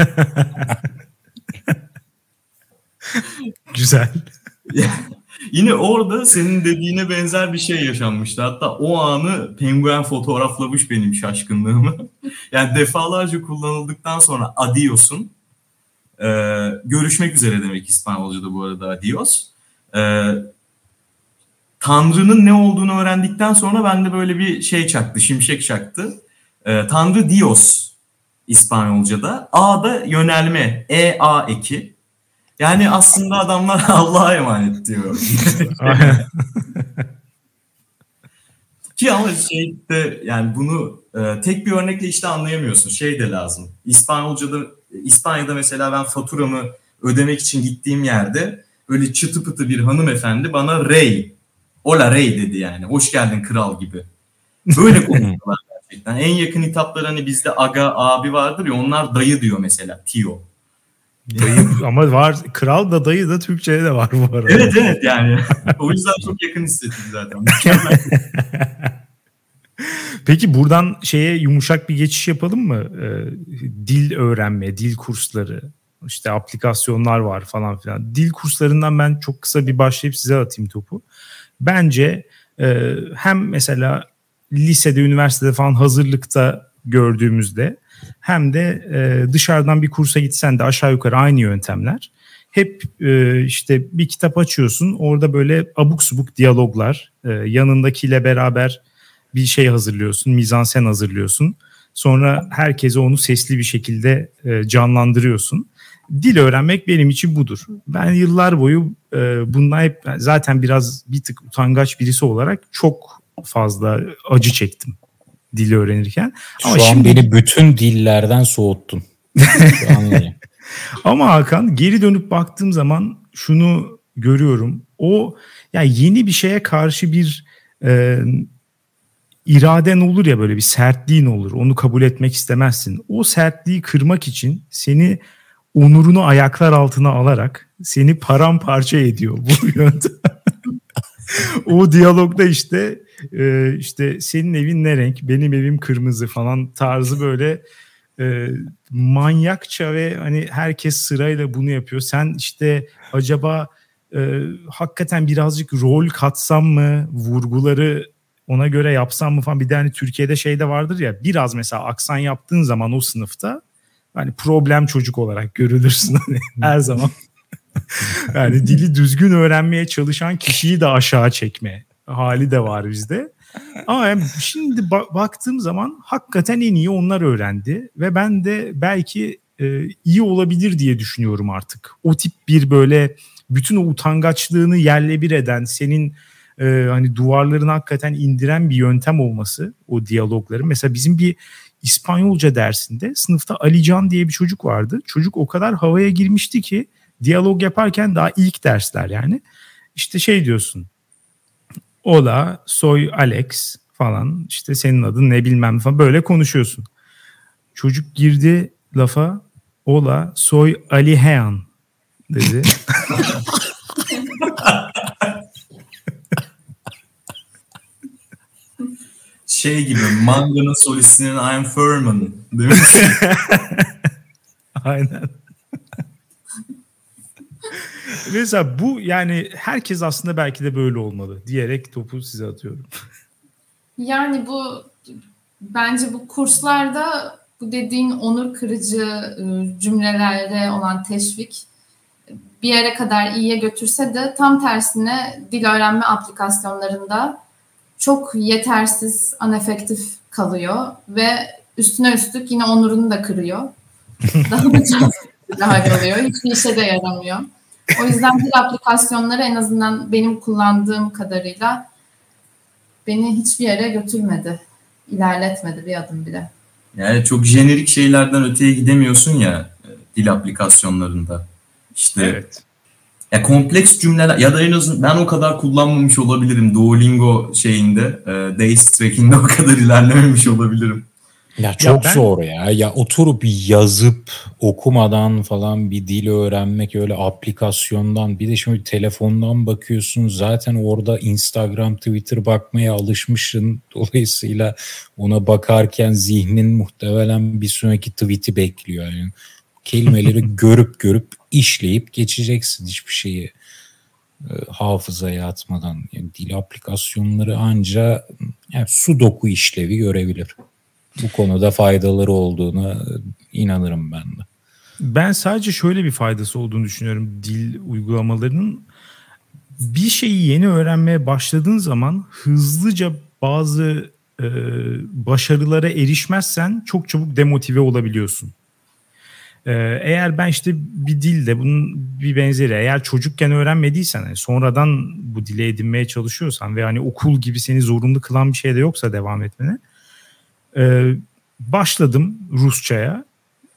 Güzel. Yine orada senin dediğine benzer bir şey yaşanmıştı. Hatta o anı Penguen fotoğraflamış benim şaşkınlığımı. Yani defalarca kullanıldıktan sonra adios'un e, görüşmek üzere demek İspanyolca'da bu arada adios. E, Tanrı'nın ne olduğunu öğrendikten sonra bende böyle bir şey çaktı, şimşek çaktı. E, Tanrı Dios İspanyolca'da. A da yönelme, E-A eki. Yani aslında adamlar Allah'a emanet diyor. Ki ama şeyde yani bunu e, tek bir örnekle işte anlayamıyorsun. Şey de lazım. İspanyolca'da, İspanya'da mesela ben faturamı ödemek için gittiğim yerde öyle çıtı pıtı bir hanımefendi bana rey, hola rey dedi yani. Hoş geldin kral gibi. Böyle konuşuyorlar gerçekten. En yakın hitaplar hani bizde aga, abi vardır ya, onlar dayı diyor mesela. Tio. Dayı, ama var, kral da dayı da Türkçe'de de var bu arada. Evet evet yani. O yüzden çok yakın hissettim zaten. Peki buradan şeye yumuşak bir geçiş yapalım mı? Ee, dil öğrenme, dil kursları, işte aplikasyonlar var falan filan. Dil kurslarından ben çok kısa bir başlayıp size atayım topu. Bence e, hem mesela lisede, üniversitede falan hazırlıkta gördüğümüzde hem de e, dışarıdan bir kursa gitsen de aşağı yukarı aynı yöntemler. Hep e, işte bir kitap açıyorsun, orada böyle abuk subuk diyaloglar, e, yanındakiyle beraber bir şey hazırlıyorsun, mizansen hazırlıyorsun. Sonra herkese onu sesli bir şekilde e, canlandırıyorsun. Dil öğrenmek benim için budur. Ben yıllar boyu e, bundan hep zaten biraz bir tık utangaç birisi olarak çok fazla acı çektim dili öğrenirken. Şu Ama an şimdi beni bütün dillerden soğuttun. Şu an öyle. Ama Hakan, geri dönüp baktığım zaman şunu görüyorum. O yani yeni bir şeye karşı bir e, iraden olur ya, böyle bir sertliğin olur. Onu kabul etmek istemezsin. O sertliği kırmak için seni onurunu ayaklar altına alarak seni paramparça ediyor bu yöntem. O diyalogda işte e, işte senin evin ne renk, benim evim kırmızı falan tarzı böyle e, manyakça ve hani herkes sırayla bunu yapıyor. Sen işte acaba e, hakikaten birazcık rol katsam mı, vurguları ona göre yapsam mı falan. Bir de hani Türkiye'de şey de vardır ya, biraz mesela aksan yaptığın zaman o sınıfta hani problem çocuk olarak görülürsün hani her zaman. Yani dili düzgün öğrenmeye çalışan kişiyi de aşağı çekme hali de var bizde. Ama yani şimdi ba- baktığım zaman hakikaten en iyi onlar öğrendi ve ben de belki e, iyi olabilir diye düşünüyorum artık. O tip bir böyle bütün o utangaçlığını yerle bir eden, senin e, hani duvarlarını hakikaten indiren bir yöntem olması o diyalogların. Mesela bizim bir İspanyolca dersinde sınıfta Alican diye bir çocuk vardı. Çocuk o kadar havaya girmişti ki diyalog yaparken daha ilk dersler yani. İşte şey diyorsun. Hola, soy Alex falan, işte senin adın ne bilmem falan, böyle konuşuyorsun. Çocuk girdi lafa, hola, soy Alihean dedi. Şey gibi, Manga'nın solistinin I'm Furman değil mi? Aynen. Mesela bu yani herkes aslında belki de böyle olmalı diyerek topu size atıyorum. Yani bu bence bu kurslarda bu dediğin onur kırıcı cümlelerle olan teşvik bir yere kadar iyiye götürse de tam tersine dil öğrenme aplikasyonlarında çok yetersiz, anefektif kalıyor ve üstüne üstlük yine onurunu da kırıyor. Daha da çok hal oluyor. Hiçbir işe de yaramıyor. O yüzden dil aplikasyonları en azından benim kullandığım kadarıyla beni hiçbir yere götürmedi. İlerletmedi bir adım bile. Yani çok jenerik şeylerden öteye gidemiyorsun ya dil aplikasyonlarında. İşte evet. Ya kompleks cümleler ya da en azından ben o kadar kullanmamış olabilirim. Duolingo şeyinde, e, Days Track'inde o kadar ilerlememiş olabilirim. Ya çok ya ben... zor ya. Ya oturup yazıp okumadan falan bir dil öğrenmek, öyle aplikasyondan, bir de şimdi telefondan bakıyorsun zaten, orada Instagram, Twitter bakmaya alışmışsın. Dolayısıyla ona bakarken zihnin muhtemelen bir sonraki tweet'i bekliyor. Yani kelimeleri görüp görüp işleyip geçeceksin, hiçbir şeyi e, hafızaya atmadan. Yani dil aplikasyonları anca yani sudoku işlevi görebilir. Bu konuda faydaları olduğuna inanırım ben de. Ben sadece şöyle bir faydası olduğunu düşünüyorum dil uygulamalarının. Bir şeyi yeni öğrenmeye başladığın zaman hızlıca bazı e, başarılara erişmezsen çok çabuk demotive olabiliyorsun. E, eğer ben işte bir dilde bunun bir benzeri, eğer çocukken öğrenmediysen, yani sonradan bu dile edinmeye çalışıyorsan ve hani okul gibi seni zorunlu kılan bir şey de yoksa devam etmene, Ee, başladım Rusçaya.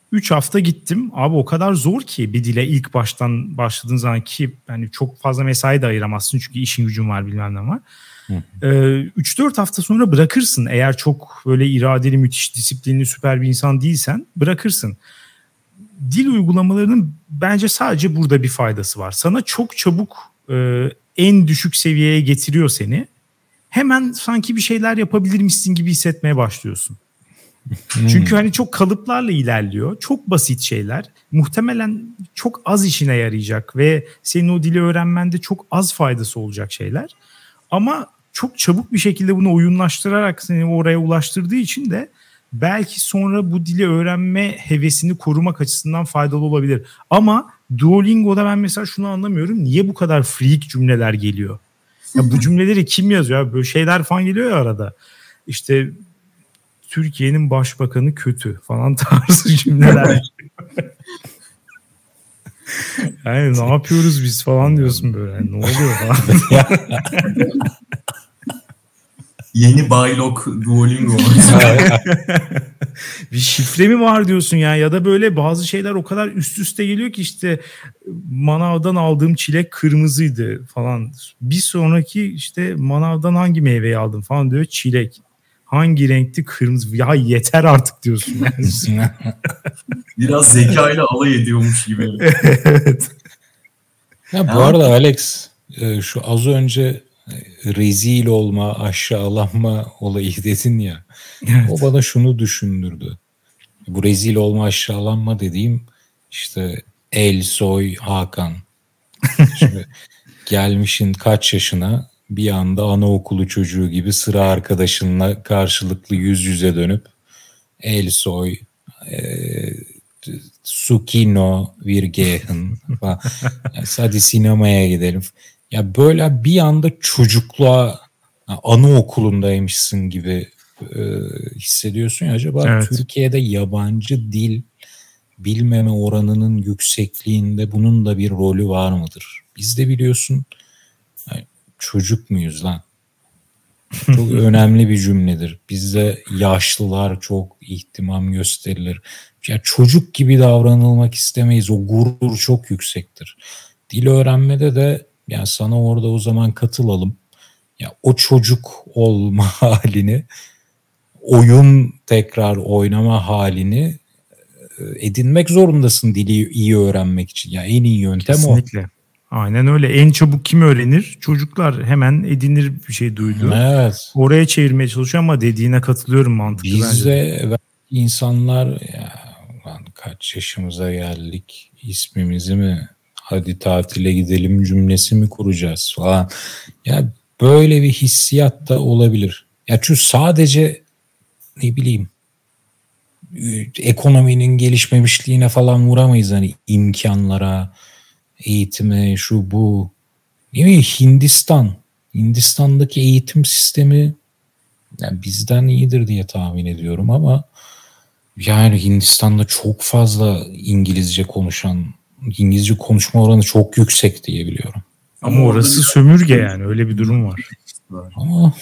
üç hafta gittim. Abi o kadar zor ki bir dile ilk baştan başladığın zaman ki yani çok fazla mesai de ayıramazsın çünkü işin gücün var bilmem ne var. üç dört hafta sonra bırakırsın. Eğer çok böyle iradeli, müthiş, disiplinli, süper bir insan değilsen bırakırsın. Dil uygulamalarının bence sadece burada bir faydası var. Sana çok çabuk e, en düşük seviyeye getiriyor seni. Hemen sanki bir şeyler yapabilirmişsin gibi hissetmeye başlıyorsun. Hmm. Çünkü hani çok kalıplarla ilerliyor. Çok basit şeyler. Muhtemelen çok az işine yarayacak ve senin o dili öğrenmende çok az faydası olacak şeyler. Ama çok çabuk bir şekilde bunu oyunlaştırarak seni oraya ulaştırdığı için de belki sonra bu dili öğrenme hevesini korumak açısından faydalı olabilir. Ama Duolingo'da ben mesela şunu anlamıyorum. Niye bu kadar freak cümleler geliyor? Ya bu cümleleri kim yazıyor? Böyle şeyler falan geliyor ya arada. İşte Türkiye'nin başbakanı kötü falan tarzı cümleler. Yani ne yapıyoruz biz falan diyorsun böyle. Yani ne oluyor falan. Yeni Baylok Duolingo. Bir şifre mi var diyorsun ya, ya da böyle bazı şeyler o kadar üst üste geliyor ki işte manavdan aldığım çilek kırmızıydı falan. Bir sonraki işte manavdan hangi meyveyi aldın falan diyor, çilek. Hangi renkti? Kırmızı. Ya yeter artık diyorsun yani. Biraz zekayla alay ediyormuş gibi. Evet. Ya bu arada Alex şu az önce rezil olma, aşağılanma olayı dedin ya. Evet. O bana şunu düşündürdü. Bu rezil olma, aşağılanma dediğim işte El Soy Hakan. Şimdi gelmişin kaç yaşına, bir anda anaokulu çocuğu gibi sıra arkadaşınla karşılıklı yüz yüze dönüp El Soy e, Sukino Virgehen falan. Yani hadi sinemaya gidelim. Ya böyle bir anda çocukluğa, anaokulundaymışsın gibi e, hissediyorsun ya. Acaba evet. Türkiye'de yabancı dil bilmeme oranının yüksekliğinde bunun da bir rolü var mıdır? Biz de biliyorsun yani çocuk muyuz lan? Çok önemli bir cümledir. Bizde yaşlılar çok ihtimam gösterilir. Ya çocuk gibi davranılmak istemeyiz. O gurur çok yüksektir. Dil öğrenmede de yani sana orada o zaman katılalım. Ya o çocuk olma halini, oyun tekrar oynama halini edinmek zorundasın dili iyi öğrenmek için. Ya en iyi yöntem kesinlikle. O. Kesinlikle. Aynen öyle. En çabuk kim öğrenir? Çocuklar hemen edinir bir şey duydu. Evet. Oraya çevirmeye çalışıyor ama dediğine katılıyorum, mantıklı bence. Bizde insanlar ya lan kaç yaşımıza geldik, ismimizi mi hadi tatile gidelim cümlesi mi kuracağız falan. Ya böyle bir hissiyat da olabilir. Ya çünkü sadece ne bileyim ekonominin gelişmemişliğine falan vuramayız hani imkanlara, eğitime, şu bu. Değil mi? Hindistan. Hindistan'daki eğitim sistemi yani bizden iyidir diye tahmin ediyorum ama yani Hindistan'da çok fazla İngilizce konuşan, İngilizce konuşma oranı çok yüksek diye biliyorum. Ama, ama orası sömürge yani, öyle bir durum var. Ama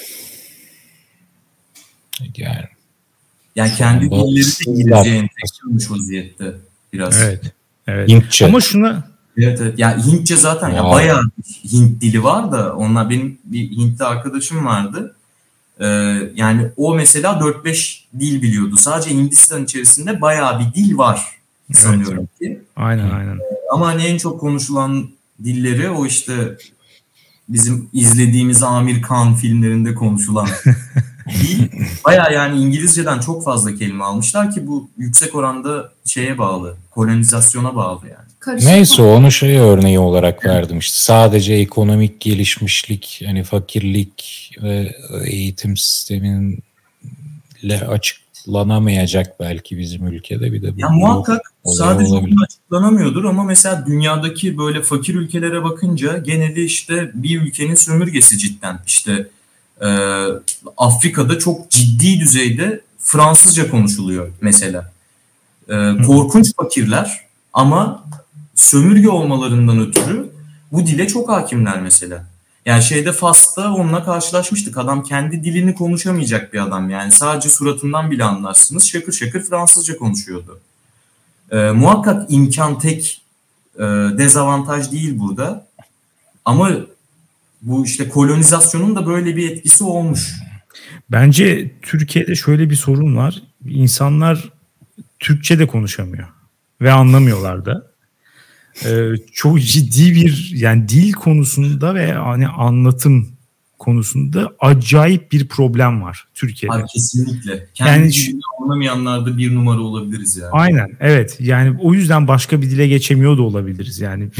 yani yani kendi dilleri de İngilizce entegre olmuş vaziyette biraz. Evet. Evet. Hintçe. Ama şuna Evet evet. Ya Hintçe zaten ya bayağı Hint dili var da onlar, benim bir Hintli arkadaşım vardı. Ee, yani o mesela dört beş dil biliyordu. Sadece Hindistan içerisinde bayağı bir dil var sanıyorum evet. ki. Aynen aynen. Ama hani en çok konuşulan dilleri o işte bizim izlediğimiz Amir Khan filmlerinde konuşulan dil. Bayağı yani İngilizceden çok fazla kelime almışlar ki bu yüksek oranda şeye bağlı, kolonizasyona bağlı yani. Karışık Neyse mı? Onu şey örneği olarak verdim işte. Sadece ekonomik gelişmişlik, yani fakirlik ve eğitim sisteminle açıklanamayacak belki bizim ülkede bir de. Ya muhakkak sadece onunla açıklanamıyordur ama mesela dünyadaki böyle fakir ülkelere bakınca geneli işte bir ülkenin sömürgesi cidden. İşte e, Afrika'da çok ciddi düzeyde Fransızca konuşuluyor mesela. E, korkunç fakirler ama sömürge olmalarından ötürü bu dile çok hakimler mesela. Yani şeyde Fas'ta onunla karşılaşmıştık. Adam kendi dilini konuşamayacak bir adam yani. Sadece suratından bile anlarsınız. Şakır şakır Fransızca konuşuyordu. E, muhakkak imkan tek e, dezavantaj değil burada. Ama bu işte kolonizasyonun da böyle bir etkisi olmuş. Bence Türkiye'de şöyle bir sorun var. İnsanlar Türkçe de konuşamıyor ve anlamıyorlar da. Ee, çok ciddi bir yani dil konusunda ve hani anlatım konusunda acayip bir problem var Türkiye'de. Abi kesinlikle. Kendi yani dilini anlamayanlarda bir numara olabiliriz yani. Aynen, evet. Yani o yüzden başka bir dile geçemiyor da olabiliriz yani.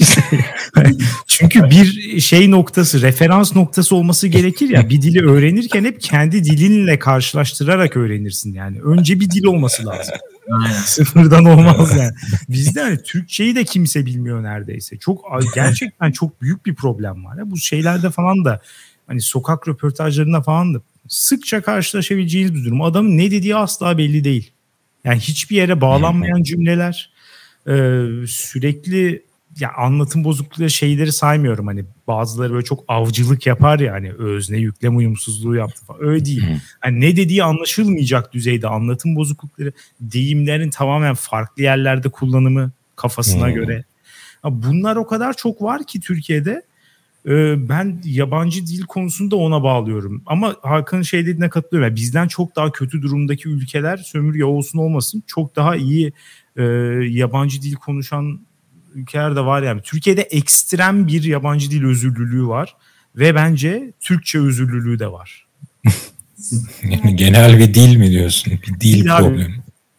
Çünkü bir şey noktası, referans noktası olması gerekir ya. Bir dili öğrenirken hep kendi dilinle karşılaştırarak öğrenirsin yani. Önce bir dil olması lazım. Aynen. Sıfırdan olmaz yani. Bizde hani Türkçeyi de kimse bilmiyor neredeyse. Çok gerçekten çok büyük bir problem var. Ya. Bu şeylerde falan da hani sokak röportajlarında falan da sıkça karşılaşabileceğiniz bir durum. Adamın ne dediği asla belli değil. Yani hiçbir yere bağlanmayan cümleler, e, sürekli ya anlatım bozukluğu şeyleri saymıyorum. Hani bazıları böyle çok avcılık yapar ya hani özne yüklem uyumsuzluğu yaptı falan. Öyle değil. Hani ne dediği anlaşılmayacak düzeyde anlatım bozuklukları, deyimlerin tamamen farklı yerlerde kullanımı kafasına hmm. göre. Bunlar o kadar çok var ki Türkiye'de. Ben yabancı dil konusunda ona bağlıyorum. Ama Hakan'ın şey dediğine katılıyorum. Yani bizden çok daha kötü durumdaki ülkeler, sömürge olsun olmasın, çok daha iyi e, yabancı dil konuşan ülkeler de var yani. Türkiye'de ekstrem bir yabancı dil özürlülüğü var ve bence Türkçe özürlülüğü de var. Yani genel bir dil mi diyorsun? Bir dil, dil problemi.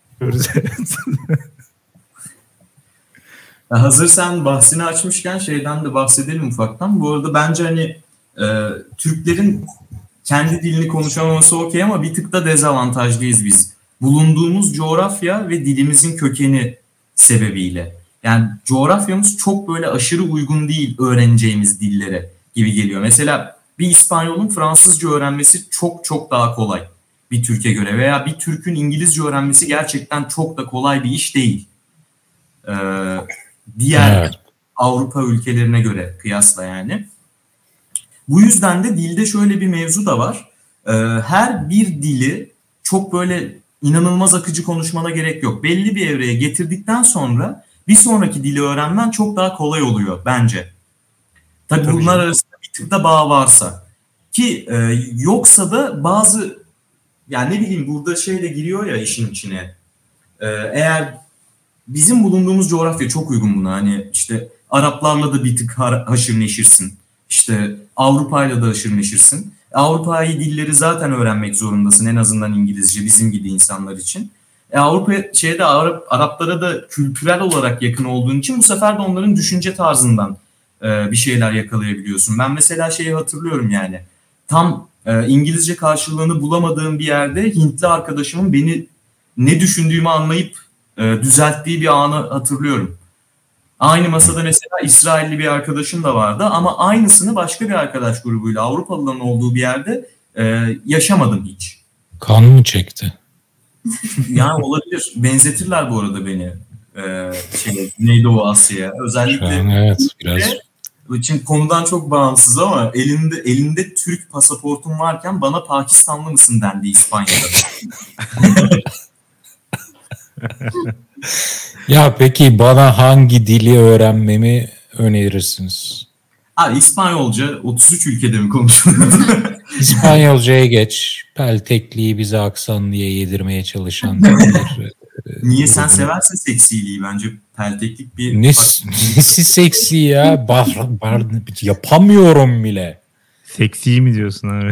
Hazır sen bahsini açmışken şeyden de bahsedelim ufaktan. Bu arada bence hani e, Türklerin kendi dilini konuşamaması okey ama bir tık da dezavantajlıyız biz. Bulunduğumuz coğrafya ve dilimizin kökeni sebebiyle. Yani coğrafyamız çok böyle aşırı uygun değil öğreneceğimiz dillere gibi geliyor. Mesela bir İspanyol'un Fransızca öğrenmesi çok çok daha kolay bir Türk'e göre veya bir Türk'ün İngilizce öğrenmesi gerçekten çok da kolay bir iş değil. Ee, diğer evet. Avrupa ülkelerine göre kıyasla yani. Bu yüzden de dilde şöyle bir mevzu da var. Ee, her bir dili çok böyle inanılmaz akıcı konuşmana gerek yok. Belli bir evreye getirdikten sonra bir sonraki dili öğrenmen çok daha kolay oluyor bence. Tabii, Tabii bunlar canım. Arasında bir tık da bağ varsa. Ki e, yoksa da bazı yani ne bileyim burada şey de giriyor ya işin içine. E, eğer bizim bulunduğumuz coğrafya çok uygun buna. Hani işte Araplarla da bir tık haşır neşirsin. İşte Avrupa'yla da haşır neşirsin. Avrupa'yı dilleri zaten öğrenmek zorundasın. En azından İngilizce bizim gibi insanlar için. E Avrupa şeyde Arap, Araplara da kültürel olarak yakın olduğun için bu sefer de onların düşünce tarzından e, bir şeyler yakalayabiliyorsun. Ben mesela şeyi hatırlıyorum yani. Tam e, İngilizce karşılığını bulamadığım bir yerde Hintli arkadaşımın beni ne düşündüğümü anlayıp e, düzelttiği bir anı hatırlıyorum. Aynı masada mesela İsrailli bir arkadaşım da vardı ama aynısını başka bir arkadaş grubuyla Avrupalıların olduğu bir yerde e, yaşamadım hiç. Kan mı çekti? Yani olabilir. Benzetirler bu arada beni e, şey, Güneydoğu Asya'ya. Özellikle an, evet, biraz. için konudan çok bağımsız ama elinde elinde Türk pasaportum varken bana Pakistanlı mısın dendi İspanya'da. Ya peki bana hangi dili öğrenmemi önerirsiniz? Abi İspanyolca otuz üç ülkede mi konuşuluyor? İspanyolcaya geç. Peltekliği bize aksanlıya yedirmeye çalışan bir... Niye sen seversin seksiliği bence pelteklik bir... Ne, nesi seksi ya? Bar, bar, yapamıyorum bile. Seksi mi diyorsun abi?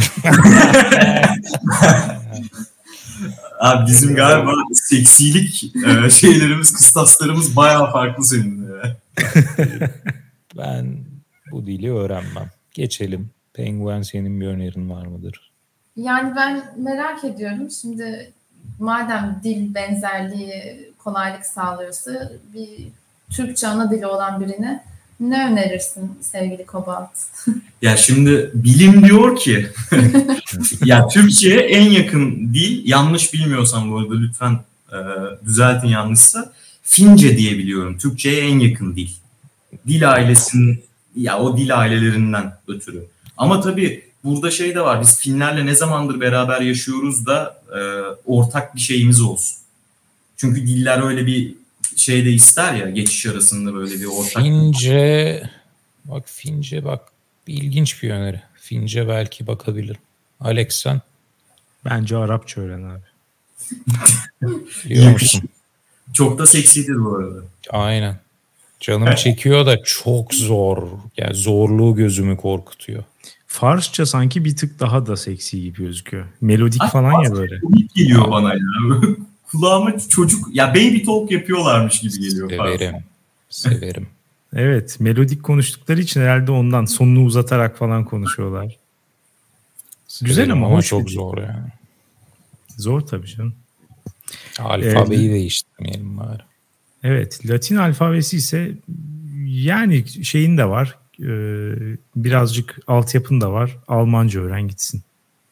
Abi bizim galiba seksilik e, şeylerimiz, kıstaslarımız bayağı farklı seninle. Ben bu dili öğrenmem. Geçelim. Penguen, senin bir önerin var mıdır? Yani ben merak ediyorum. Şimdi madem dil benzerliği kolaylık sağlıyorsa bir Türkçe ana dili olan birine ne önerirsin sevgili Kobalt? Ya şimdi bilim diyor ki ya Türkçe'ye en yakın dil, yanlış bilmiyorsam bu arada lütfen e, düzeltin yanlışsa, Fince diye biliyorum. Türkçe'ye en yakın dil. Dil ailesinin ya o dil ailelerinden ötürü. Ama tabii burada şey de var. Biz Finlerle ne zamandır beraber yaşıyoruz da e, ortak bir şeyimiz olsun. Çünkü diller öyle bir şeyde ister ya, geçiş arasında böyle bir ortak. Fince, bak Fince bak ilginç bir öneri. Fince belki bakabilirim. Alex sen? Bence Arapça öğren abi. Biliyor musun? Çok da seksidir bu arada. Aynen. Canım çekiyor da çok zor. Yani zorluğu gözümü korkutuyor. Farsça sanki bir tık daha da seksi gibi gözüküyor. Melodik Ay, falan ya böyle. Komik geliyor bana ya. Kulağıma çocuk ya baby talk yapıyorlarmış gibi geliyor. Severim. Severim. Evet, melodik konuştukları için herhalde ondan sonunu uzatarak falan konuşuyorlar. Güzel ama, ama hoş çok zor yani. Zor tabii canım. Alfabeyi ee, değiştirmeyelim bari. Evet, Latin alfabesi ise yani şeyin de var. E, birazcık altyapın da var. Almanca öğren gitsin.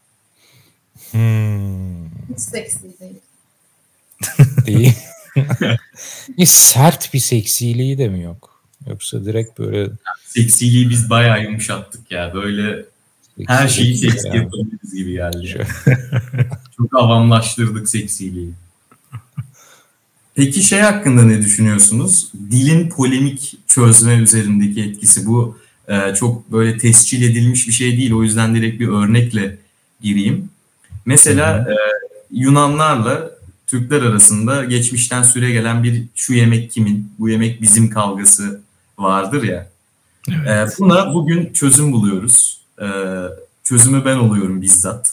Hmm. Hiç seksi değil. Değil. Bir sert bir seksiliği de mi yok? Yoksa direkt böyle... Seksiliği biz bayağı yumuşattık ya. Böyle seksi her şeyi seksi yani. Yapabiliriz gibi geldi. Çok avamlaştırdık seksiliği. Peki şey hakkında ne düşünüyorsunuz? Dilin polemik çözme üzerindeki etkisi. Bu e, çok böyle tescil edilmiş bir şey değil. O yüzden direkt bir örnekle gireyim. Mesela e, Yunanlarla Türkler arasında geçmişten süre gelen bir şu yemek kimin, bu yemek bizim kavgası vardır ya. Evet. E, buna bugün çözüm buluyoruz. E, çözümü ben oluyorum bizzat.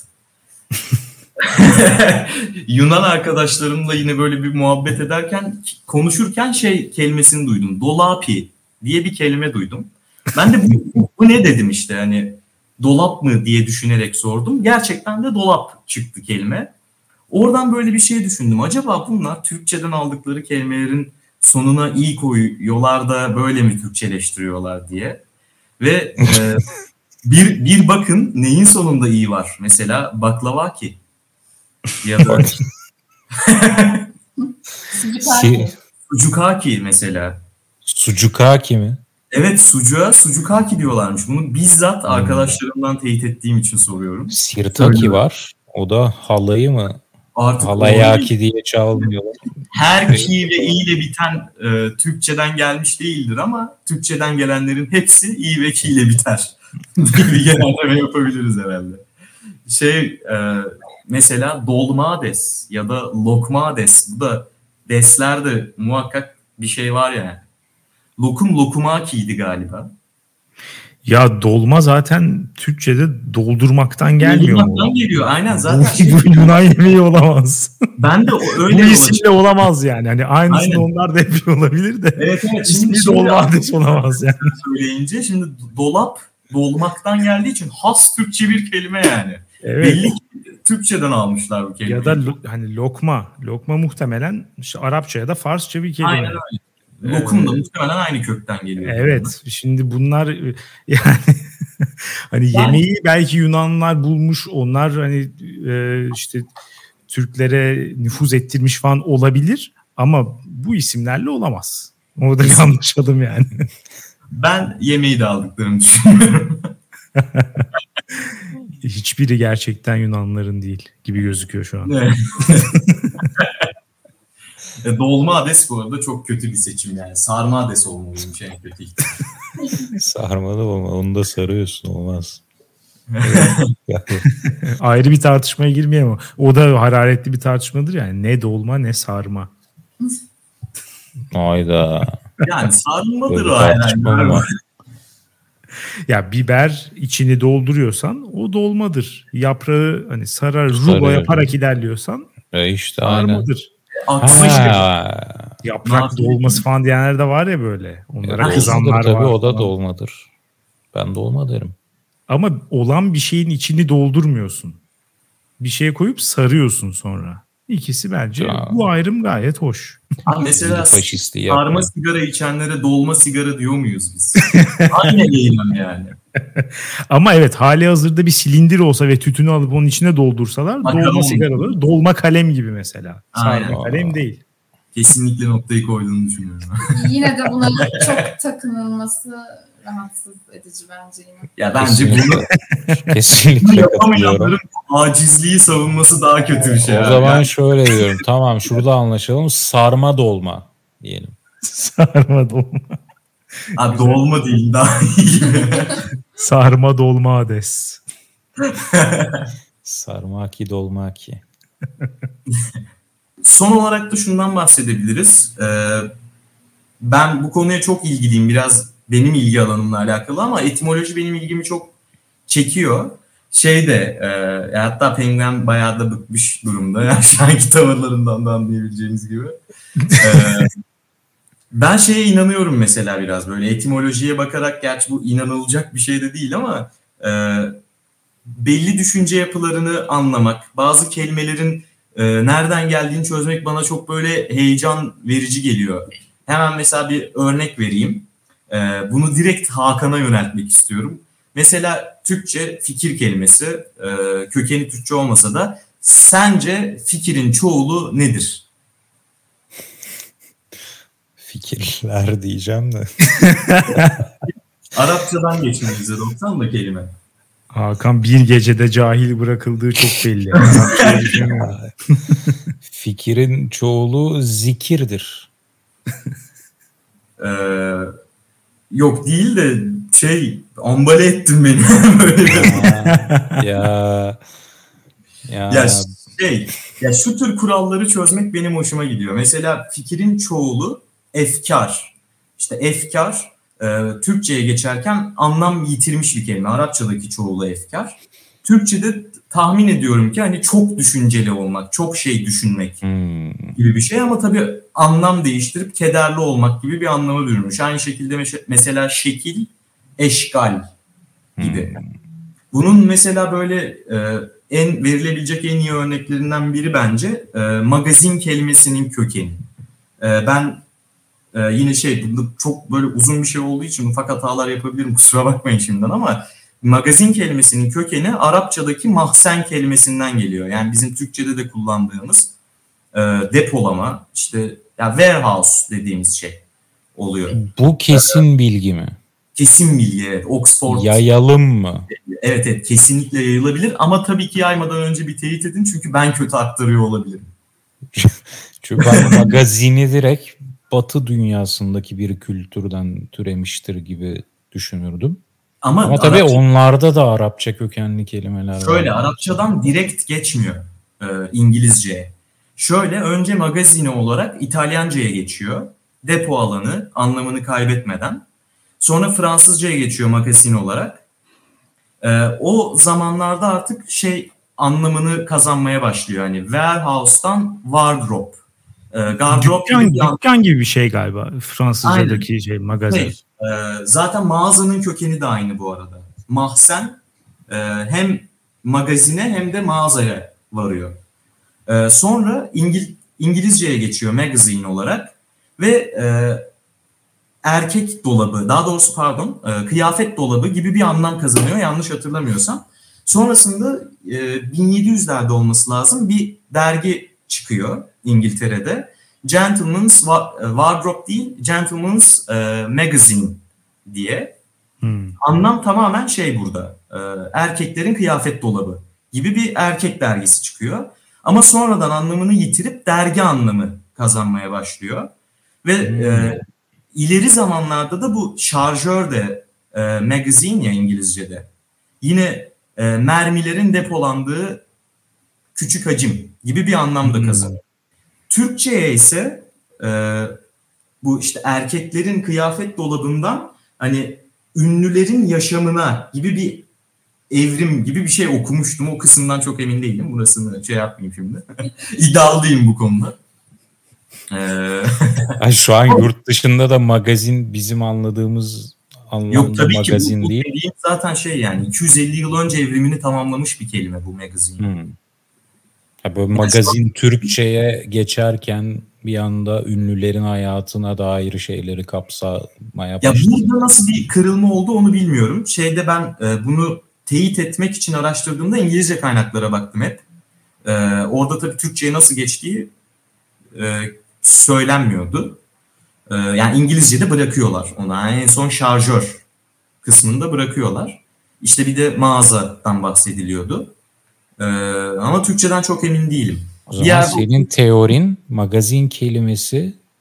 Yunan arkadaşlarımla yine böyle bir muhabbet ederken, konuşurken şey kelimesini duydum. Dolapi diye bir kelime duydum. Ben de bu, bu ne dedim işte, hani dolap mı diye düşünerek sordum. Gerçekten de dolap çıktı kelime. Oradan böyle bir şey düşündüm. Acaba bunlar Türkçeden aldıkları kelimelerin sonuna i koyuyorlar da böyle mi Türkçeleştiriyorlar diye. Ve e, bir, bir bakın neyin sonunda i var. Mesela baklavaki. Ya da sucukaki mesela. Sucukaki mi? Evet, sucuğa sucukaki diyorlarmış. Bunu bizzat hmm. arkadaşlarımdan teyit ettiğim için soruyorum. Sirtaki var. O da halayı mı? Artık halayaki diye çalmıyorlar. Her ki ve i ile biten e, Türkçeden gelmiş değildir ama Türkçeden gelenlerin hepsi i ve ki ile biter. Bir genelleme yapabiliriz herhalde. Şey e, mesela dolmades ya da lokmades, bu da deslerde muhakkak bir şey var yani. Lokum lokumaki'ydi galiba. Ya dolma zaten Türkçe'de doldurmaktan gelmiyor mu? Doldurmaktan geliyor aynen zaten. Bu, şey, bu Yunan yemeği olamaz. Ben de öyle. Bu isimle olamaz yani. Hani aynısını aynen. Onlar da yapıyor olabilir de. Evet evet. Şimdi, şimdi dolmades olamaz yani. Söyleyince şimdi dolap dolmaktan geldiği için has Türkçe bir kelime yani. Evet. Belli ki Türkçeden almışlar bu kelimeyi. Ya da lo, hani lokma. Lokma muhtemelen işte Arapça ya da Farsça bir kelime. Aynen öyle. Lokum da ee, muhtemelen aynı kökten geliyor. Evet. Bunlar. Şimdi bunlar yani hani yani, yemeği belki Yunanlılar bulmuş. Onlar hani e, işte Türklere nüfuz ettirmiş falan olabilir. Ama bu isimlerle olamaz. Orada bir anlaşalım yani. Ben yemeği de aldıklarını düşünüyorum. Hiçbiri gerçekten Yunanlıların değil gibi gözüküyor şu an. Evet. Dolma ades bu arada çok kötü bir seçim yani. Sarma ades olmalıymış en kötü ihtimal. Sarma da olmaz. Onu da sarıyorsun, olmaz. Ayrı bir tartışmaya girmeyeyim ama o da hararetli bir tartışmadır yani. Ne dolma ne sarma. Hayda. Yani sarmadır o aynen. Ya biber içini dolduruyorsan o dolmadır. Yaprağı hani sarar rulo yaparak ilerliyorsan e işte sarmadır. Yaprak dolması falan diyenler de var ya böyle. Onlara ya kızanlar tabii, var. O da dolmadır. Ben dolma derim. Ama olan bir şeyin içini doldurmuyorsun. Bir şeye koyup sarıyorsun sonra. İkisi bence ya. Bu ayrım gayet hoş. Mesela sarma sigara içenlere dolma sigara diyor muyuz biz? Aynı eylem yani. Ama evet, hali hazırda bir silindir olsa ve tütünü alıp onun içine doldursalar Bakalım dolma sigaraları, dolma kalem gibi mesela. Sarma kalem değil. Kesinlikle noktayı koyduğunu düşünüyorum. Yine de buna çok takınılması rahatsız edici bence yine. Ya bence bunu kesinlikle yapamayanların acizliği savunması daha kötü bir şey. O zaman yani. Şöyle diyorum. Tamam, şurada anlaşalım. Sarma dolma. diyelim. Sarma dolma. Abi dolma değil daha iyi. Sarma dolma ades. Sarmaki dolmaki. Son olarak da şundan bahsedebiliriz. Ee, ben bu konuya çok ilgiliyim. Biraz benim ilgi alanımla alakalı ama etimoloji benim ilgimi çok çekiyor. Şey de e, hatta Penguen bayağı da bıkmış durumda. Yani şu anki tavırlarından da anlayabileceğiniz gibi. Ee, ben şeye inanıyorum mesela biraz böyle etimolojiye bakarak, gerçi bu inanılacak bir şey de değil ama e, belli düşünce yapılarını anlamak, bazı kelimelerin e, nereden geldiğini çözmek bana çok böyle heyecan verici geliyor. Hemen mesela bir örnek vereyim. E, bunu direkt Hakan'a yöneltmek istiyorum. Mesela Türkçe fikir kelimesi, e, kökeni Türkçe olmasa da sence fikirin çoğulu nedir? Fikirler diyeceğim de. Arapçadan geçme yüzde doksan da kelime. Hakan bir gecede cahil bırakıldığı çok belli. Fikirin çoğulu zikirdir. Ee, yok değil de şey, ambale ettin beni. Böyle ya, ya, ya. ya şey, ya şu tür kuralları çözmek benim hoşuma gidiyor. Mesela fikirin çoğulu efkar. İşte efkar e, Türkçe'ye geçerken anlam yitirmiş bir kelime. Arapçadaki çoğulu efkar. Türkçe'de tahmin ediyorum ki hani çok düşünceli olmak, çok şey düşünmek hmm. gibi bir şey ama tabii anlam değiştirip kederli olmak gibi bir anlama bürünmüş. Aynı şekilde mesela şekil, eşkal gibi. Hmm. Bunun mesela böyle e, en verilebilecek en iyi örneklerinden biri bence e, magazin kelimesinin kökeni. E, ben e, yine şey, çok böyle uzun bir şey olduğu için ufak hatalar yapabilirim, kusura bakmayın şimdiden, ama magazin kelimesinin kökeni Arapçadaki mahzen kelimesinden geliyor. Yani bizim Türkçe'de de kullandığımız e, depolama, işte ya warehouse dediğimiz şey oluyor. Bu kesin bilgi mi? Kesin bilgi, evet. Oxford. Yayalım mı? Evet evet, kesinlikle yayılabilir ama tabii ki yaymadan önce bir teyit edin çünkü ben kötü aktarıyor olabilirim. Çünkü ben magazini direkt Batı dünyasındaki bir kültürden türemiştir gibi düşünürdüm. Ama, Ama tabii Arapça, onlarda da Arapça kökenli kelimeler var. Şöyle Arapçadan direkt geçmiyor e, İngilizceye. Şöyle önce magazine olarak İtalyanca'ya geçiyor. Depo alanı anlamını kaybetmeden. Sonra Fransızca'ya geçiyor magazin olarak. E, o zamanlarda artık şey anlamını kazanmaya başlıyor. Hani warehouse'tan wardrobe. E, gardırop dükkan, gibi, bir dükkan gibi bir şey galiba Fransızca'daki Aynen. şey magazin. Şey, e, zaten mağazanın kökeni de aynı bu arada. Mahzen e, hem magazine hem de mağazaya varıyor. E, sonra İngil, İngilizceye geçiyor magazine olarak ve e, erkek dolabı, daha doğrusu pardon e, kıyafet dolabı gibi bir anlam kazanıyor yanlış hatırlamıyorsam. Sonrasında e, bin yedi yüzlerde olması lazım bir dergi çıkıyor İngiltere'de. Gentleman's Wardrobe değil, Gentleman's e, Magazine diye. Hmm. Anlam tamamen şey burada. E, erkeklerin kıyafet dolabı gibi bir erkek dergisi çıkıyor. Ama sonradan anlamını yitirip dergi anlamı kazanmaya başlıyor. Ve hmm. e, ileri zamanlarda da bu şarjör de e, magazine ya İngilizce'de. Yine e, mermilerin depolandığı küçük hacim gibi bir anlam da kazanıyor. Hmm. Türkçe'ye ise e, bu işte erkeklerin kıyafet dolabından hani ünlülerin yaşamına gibi bir evrim gibi bir şey okumuştum. O kısımdan çok emin değilim. Burasını şey yapmayayım şimdi. İddialıyım bu konuda. Ee... Şu an yurt dışında da magazin bizim anladığımız anlamda Yok, tabii magazin ki bu, değil. Bu zaten şey yani iki yüz elli yıl önce evrimini tamamlamış bir kelime bu magazin. Hmm. Ya böyle magazin Türkçe'ye geçerken bir anda ünlülerin hayatına dair şeyleri kapsamaya başladı. Ya burada nasıl bir kırılma oldu onu bilmiyorum. Şeyde ben e, bunu teyit etmek için araştırdığımda İngilizce kaynaklara baktım hep. E, orada tabii Türkçe'ye nasıl geçtiği e, söylenmiyordu. E, yani İngilizce'de bırakıyorlar ona. Yani en son şarjör kısmında bırakıyorlar. İşte bir de mağazadan bahsediliyordu. Ee, ama Türkçeden çok emin değilim. O zaman Diğer senin bu... teorin magazin kelimesi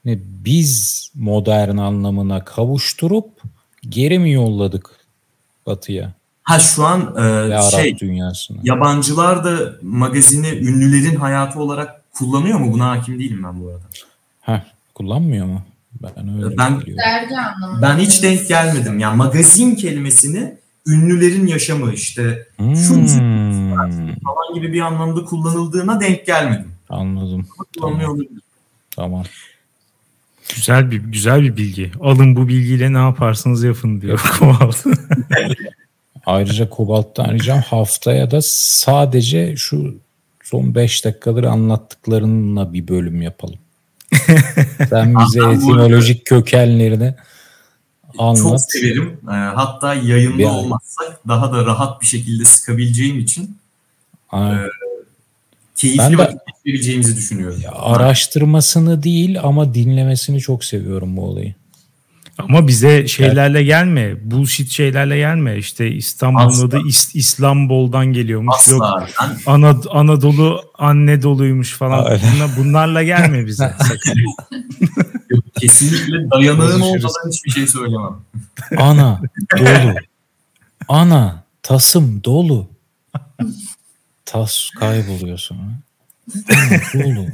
biz modern anlamına kavuşturup geri mi yolladık Batı'ya? Ha şu an e, şey dünyasına. Yabancılar da magazini ünlülerin hayatı olarak kullanıyor mu? Buna hakim değilim ben bu arada. Ha, kullanmıyor mu? Ben öyle ben, dergi anlamında. Ben hiç denk gelmedim. Yani magazin kelimesini ünlülerin yaşamı işte hmm. şu falan gibi bir anlamda kullanıldığına denk gelmedim. Anladım. Tamam. Tamam. Güzel bir güzel bir bilgi. Alın bu bilgiyle ne yaparsanız yapın diyor Kobalt. Ayrıca Kobalt'tan ricam haftaya da sadece şu son beş dakikadır anlattıklarınla bir bölüm yapalım. Sen bize etimolojik kökenlerini anlat. Çok severim. Hatta yayında bir olmazsak daha da rahat bir şekilde sıkabileceğim için e, keyifli ben vakit geçirebileceğimizi düşünüyorum. Ya, araştırmasını değil ama dinlemesini çok seviyorum bu olayı. Ama bize şeylerle gelme. Bullshit şeylerle gelme. İşte İstanbul'un adı İs- İstanbul'dan geliyormuş. Asla. Yok Anad- Anadolu anne doluymuş falan. Bunlar, bunlarla gelme bize. Yok, kesinlikle dayanığım olmadan hiçbir şey söylemem. Ana dolu. Ana tasım dolu. Tas kayboluyor sonra. Dolu.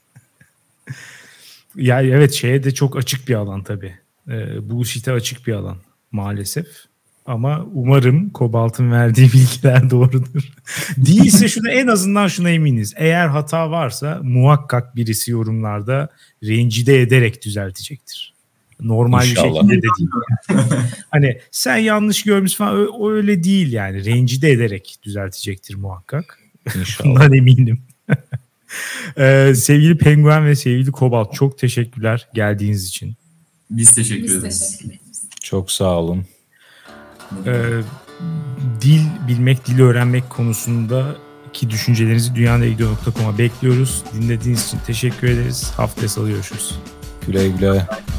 Ya evet şeye de çok açık bir alan tabii. E, bullshit'e açık bir alan maalesef. Ama umarım Kobalt'ın verdiği bilgiler doğrudur. Değilse şunu en azından şuna eminiz. Eğer hata varsa muhakkak birisi yorumlarda rencide ederek düzeltecektir. Normal İnşallah. Bir şekilde de değil. Hani sen yanlış görmüşsün falan o öyle değil yani. Rencide ederek düzeltecektir muhakkak. İnşallah. Bundan eminim. ee, sevgili Penguen ve sevgili Kobalt çok teşekkürler geldiğiniz için. Biz teşekkür Biz ederiz. teşekkür ederiz. Çok sağ olun. Ee, dil bilmek, dil öğrenmek konusundaki düşüncelerinizi dünyandagidiyor nokta com'a bekliyoruz. Dinlediğiniz için teşekkür ederiz. Haftaya salı görüşürüz. Güle güle.